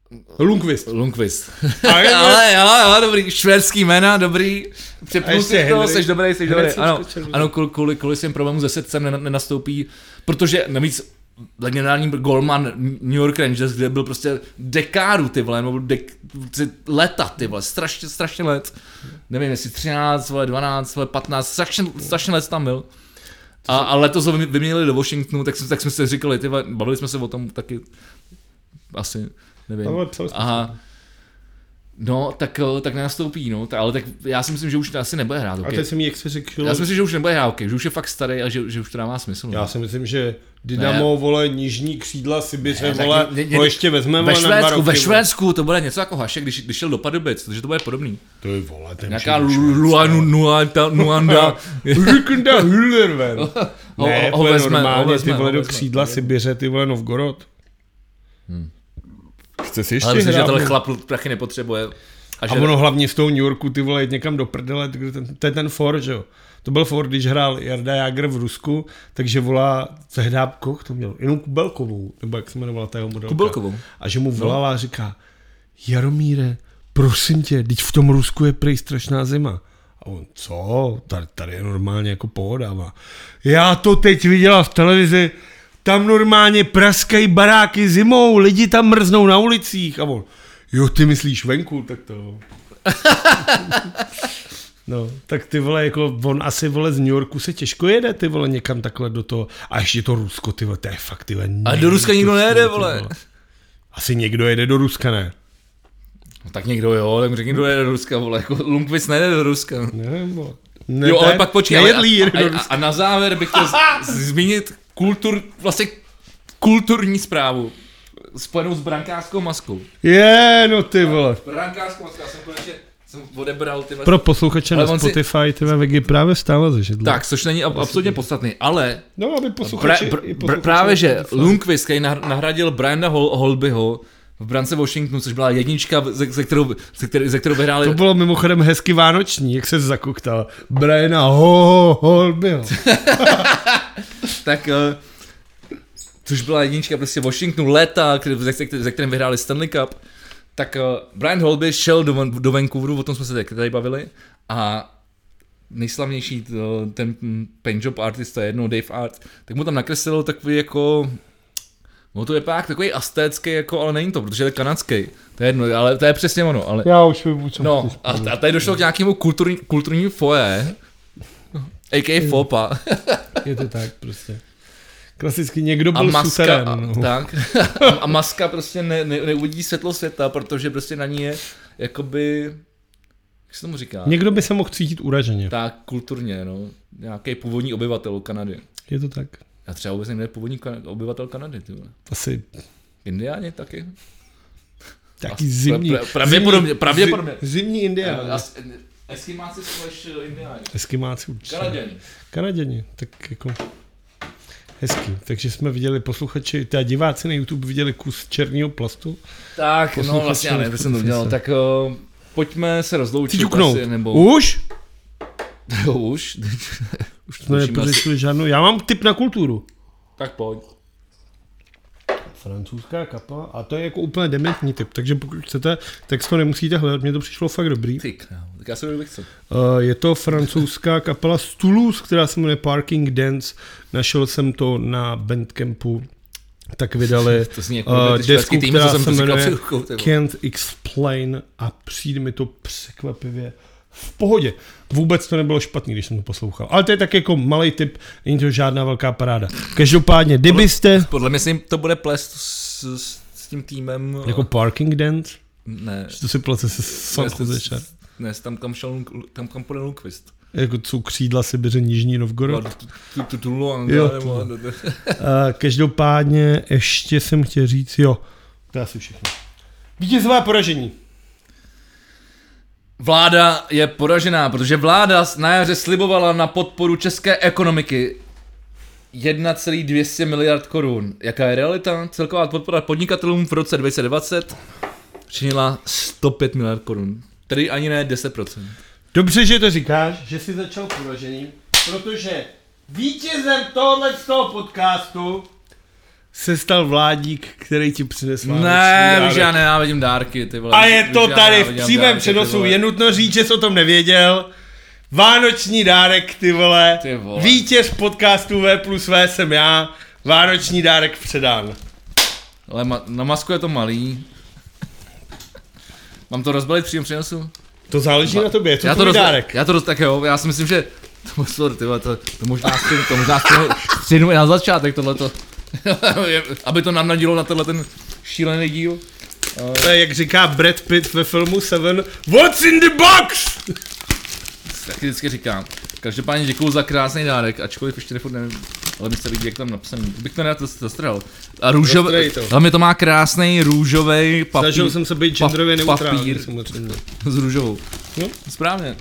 Lundqvist. Lundqvist. Ale, ale jo, jo, dobrý, švédský jména, dobrý. Přepnu si to, jsi dobrý, jsi dobrý. Ano, ano, kvůli, kvůli svým problémům ze srdcem nenastoupí, protože navíc legendární golman New York Rangers, kde byl prostě dekádu, ty vole, nebo dek, leta, ty vole, strašně, strašně let. Nevím, jestli třináct, vole, dvanáct, vole, patnáct, strašně, strašně let tam byl. A, a letos ho vyměnili do Washingtonu, tak, tak jsme si říkali, ty vole, bavili jsme se o tom taky, asi, nevím. Aha. No, tak, tak nenastoupí, no, ale tak já si myslím, že už asi nebude hrát. Okay. A teď jsem jí, jak jsi řekl... Já si myslím, že už nebude hrát, okay, že už je fakt starý a že, že už to dává smysl. Já si myslím, že Dynamo, ne. vole, nižní křídla Sibiře, vole, ne, ne, ho ještě vezmeme, ve vole, na dva roky. Ve Švédsku to bude něco jako Hašek, když, když šel do Pardubic, takže to bude podobný. To je, vole, ten nějaká Luanu, Nuanda, Nuanda. Rukunda Hüllerven. Ne, ho vezme, normálně, ty vole, do křídla Sibiře, ty vole, Novgorod. Hmm. Chce si ještě ale myslím, hrát, že tenhle chlap prachy nepotřebuje. A, že... a ono hlavně z toho New Yorku, ty vole, jít někam do prdele, to je ten Ford, že jo. To byl Ford, když hrál Jarda Jágr v Rusku, takže volá, zahdá, koho to měl? Jenom Kubelkovou, nebo jak se jmenovala ta jeho modelka. Kubelkovou. A že mu volala a říká, Jaromíre, prosím tě, teď v tom Rusku je prej strašná zima. A on, co? Tady, tady je normálně jako pohoda. Já to teď viděla v televizi, tam normálně praskají baráky zimou, lidi tam mrznou na ulicích. A on, jo, ty myslíš venku, tak to... No, tak ty vole, jako on asi, vole, z New Yorku se těžko jede, ty vole, někam takhle do toho. A ještě to Rusko, ty vole, to je fakt, ty vole. A do Ruska nikdo nejede, vole. vole. Asi někdo jede do Ruska, ne? No, tak někdo jo, tak řekni, kdo jede do Ruska, vole, jako Lundqvist nejde do Ruska. Ne, vole. Ne, jo, ale pak počkej, ale a, a, a, a na závěr bych chtěl zmínit kultur, vlastně kulturní zprávu. Spojenou s brankářskou maskou. Je, no ty vole. Brankářskou maskou, já jsem konečně jsem odebral ty Pro posluchače na Spotify, si... ty Vegy právě stává ze židla. Tak, což není ab- absolutně podstatný, ale... No, aby posluchači... Pra, pr, pr, právě, že Lundqvist, který nahradil Briana Hol- Holbyho v brance Washingtonu, což byla jednička, ze, ze, kterou, ze, kterou, ze kterou vyhráli... To bylo mimochodem hezky vánoční, jak se zakuktal. Briana Ho- Holbyho. Tak... Uh, což byla jednička prostě Washingtonu léta, který, ze, ze kterým vyhráli Stanley Cup, tak uh, Brian Holby šel do, do Vancouveru, o tom jsme se tady bavili, a nejslavnější to, ten paint job artist, to je jedno, Dave Art, tak mu tam nakreslil takový jako, no to je pak takový astécký, jako, ale není to, protože je kanadský, to je jedno, ale to je přesně ono. Ale, Já už vím, co no, a, a tady došlo k nějakému kulturní, kulturní foje, a k a fopa. Je to tak prostě. Klasicky někdo byl maska, suterén. A, no. tak, a, a maska prostě ne, ne, neuvidí světlo světa, protože prostě na ní je jakoby, jak se tomu říká? Někdo by se mohl cítit uraženě. Tak, kulturně, no. Nějaký původní obyvatel Kanady. Je to tak. Já třeba vůbec nevím, původní kan- obyvatel Kanady, ty vole. Asi. Indiáni taky? Taky zimní. Pra, pra, pravděpodobně, pravděpodobně. Zimní Indiáni. Eskimáci slash Indiáni. Eskimáci určitě. Kanaděni. Kanaděni, tak jako... Hezký, takže jsme viděli posluchači, teda diváci na YouTube viděli kus černého plastu. Tak, no vlastně já nevím, jsem to udělal, tak uh, pojďme se rozloučit. Asi, nebo... Už? Jo, už. Už jsme nepořešili žádnou, já mám tip na kulturu. Tak pojď. Francouzská kapela, a to je jako úplně dementní tip, takže pokud chcete, tak to nemusíte hledat, mně to přišlo fakt dobrý. Ty, tak já se budu chci. Uh, je to francouzská kapela z Toulouse, která se jmenuje Parking Dance, našel jsem to na Bandcampu, tak vydali to zní jako uh, desku, tým, která jsem se jmenuje rukou, Can't Explain a přijde mi to překvapivě v pohodě. Vůbec to nebylo špatný, když jsem to poslouchal. Ale to je tak jako malej tip, není to žádná velká paráda. Každopádně, kdybyste... Podle, podle mě si to bude plést s, s, s tím týmem... Jako Parking Dance? Ne. Že to si plece se Sancho Zečar? Ne, tam kam šel, tam kam půjde Lundqvist. Jako jsou křídla Sibiře, Nižní Novgorod? Tutulu, každopádně ještě jsem chtěl říct, jo, to je asi všechno. Vítězové poražení. Vláda je poražená, protože vláda na jaře slibovala na podporu české ekonomiky jedna celá dvě stě miliard korun. Jaká je realita? Celková podpora podnikatelům v roce dva tisíce dvacet činila sto pět miliard korun. Tedy ani ne deset procent. Dobře, že to říkáš, že jsi začal poražením, protože vítězem tohle z toho podcastu se stal vládík, který ti přinesl vánoční Ne, dárek. víš, já nenávidím dárky, ty vole. A je Víš, to já tady nenávidím v přímém dárky, ty přenosu, vole. je nutno říct, že jsi o tom nevěděl. Vánoční dárek, ty vole. Ty vole. Vítěz podcastu V plus V jsem já. Vánoční dárek předán. Ale ma- na masku je to malý. Mám to rozbalit v přímém přenosu? To záleží na tobě, je to já to tvůj roz... dárek. Já to roz... tak jo, já si myslím, že to, sorry, tyhle, to, to možná střinu, to možná střinu, střinu i na začátek tohleto. Aby to nám nadilo na tenhle ten šílený díl. To je, jak říká Brad Pitt ve filmu Seven. What's in the box? Taky vždycky říkám. Každopádně děkuju za krásný dárek, ačkoliv ještě nefurt nevím, ale mi se líbí, jak tam napsaný. Bych to nerad zastrhal. A růžový, hlavně to má krásný růžový papír. Zažil jsem se být genderově neutrální, papír samozřejmě. s růžovou. No. Správně.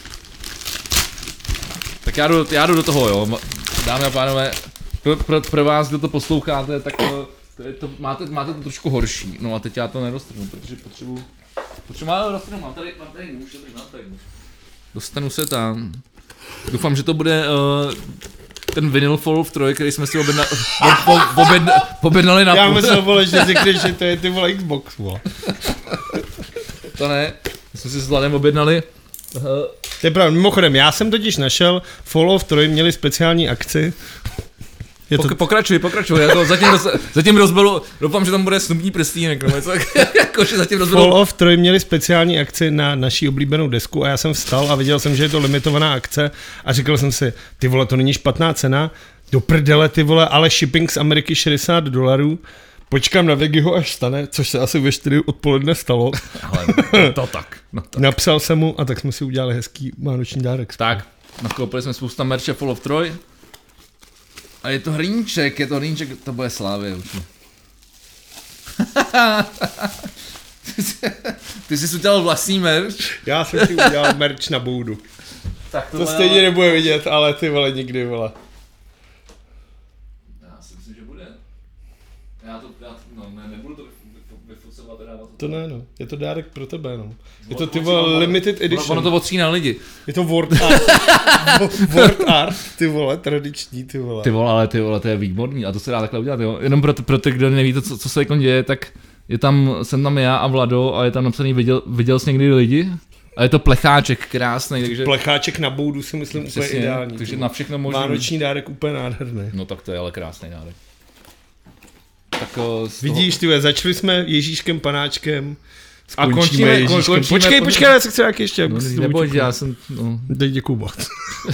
Tak já jdu, já jdu do toho, jo. Dámy a pánové, pro, pro, pro vás, kdo to posloucháte, tak to, to, je to, máte, máte to trošku horší. No a teď já to nedostrnu, protože potřebuji... Potřebuji, mám dostanu, mám tady, mám tady nůž, dobrý, mám tady nůž. Dostanu se tam. Doufám, že to bude uh, ten Vinyl Fall of Troy, který jsme si objedna, ob, ob, objedna, objednali na Já půl. myslel, vole, že řekneš, že to je ty vole Xbox, vole. To ne, my jsme si s Vladem objednali. Uh, To je pravda, mimochodem, já jsem totiž našel, Fall of Troy měli speciální akci. Je to... Pok- pokračuj, pokračuj, já to zatím, roz, zatím rozbalu, doufám, že tam bude snubní prstýnek, no něco jako, že zatím rozbalu. Fall of Troy měli speciální akci na naší oblíbenou desku a já jsem vstal a viděl jsem, že je to limitovaná akce a říkal jsem si, ty vole, to není špatná cena, do prdele, ty vole, ale shipping z Ameriky šedesát dolarů, počkám na Vegiho, až stane, což se asi ve čtyři odpoledne stalo. Ale to tak, no tak. Napsal jsem mu a tak jsme si udělali hezký vánoční dárek. Tak, nakoupili jsme spousta merče Fall of Troy. A je to hrníček, je to hrníček, to bude Slávě už. Ty jsi udělal vlastní merch? Já jsem si udělal merch na boudu. Tak To stejně nebude vidět, ale ty vole nikdy, vole. Já si myslím, že bude. Já to, já, no, ne, nebudu to vyfocovat teda. To ne, no. Je to dárek pro tebe, no. Je to ty vole limited edition. Ono to otří na lidi. Je to word art. Word art, ty vole, tradiční, ty vole. Ty vole, ale ty vole, to je výborný a to se dá takhle udělat, jo. Jenom pro ty, pro ty kdo neví to, co, co se jako děje, tak je tam, jsem tam já a Vlado a je tam napsaný viděl, viděl jsi někdy lidi? A je to plecháček krásný, takže... Plecháček na boudu si myslím úplně Přesně, ideální. takže na všechno možný. Vánoční dárek úplně nádherný. No tak to je ale krásný dárek. Tak o, z Vidíš, ty vole, začali jsme Ježíškem Panáčkem. A Skončíme končíme- Ježíškem. končíme- počkej, počkej, já se chci jak ještě. No, abych si to neboj, utíkl. já jsem, no. Dej děkuju moc.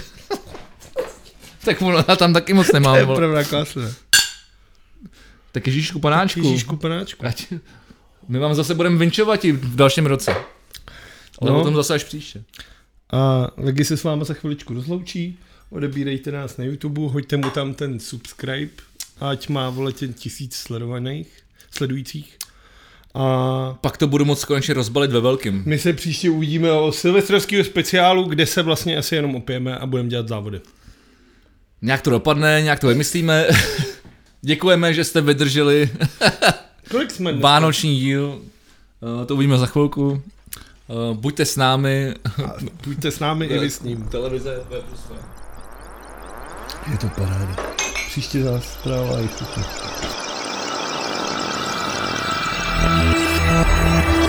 Tak ono, já tam taky moc nemám, To je vole. pravda klásne. Tak Ježíšku Panáčku. Ježíšku Panáčku. Ať, my vám zase budeme vinčovat i v dalším roce. Ale No. o tom zase až příště. A Vegi se s váma za chviličku rozloučí. Odebírejte nás na YouTube, hoďte mu tam ten subscribe, ať má vole těm tisíc sledovaných, sledujících. A Pak to budu moc konečně rozbalit ve velkým. my se příště uvidíme o silvestrovského speciálu, kde se vlastně asi jenom opijeme a budeme dělat závody. Nějak to dopadne, nějak to vymyslíme. Děkujeme, že jste vydrželi Kolik jsme dneska? vánoční díl. Uh, to uvidíme za chvilku. Uh, buďte s námi. A buďte s námi i vy s ním. Televize V plus V. Je to paráda. Příště zás zpráva i chuti.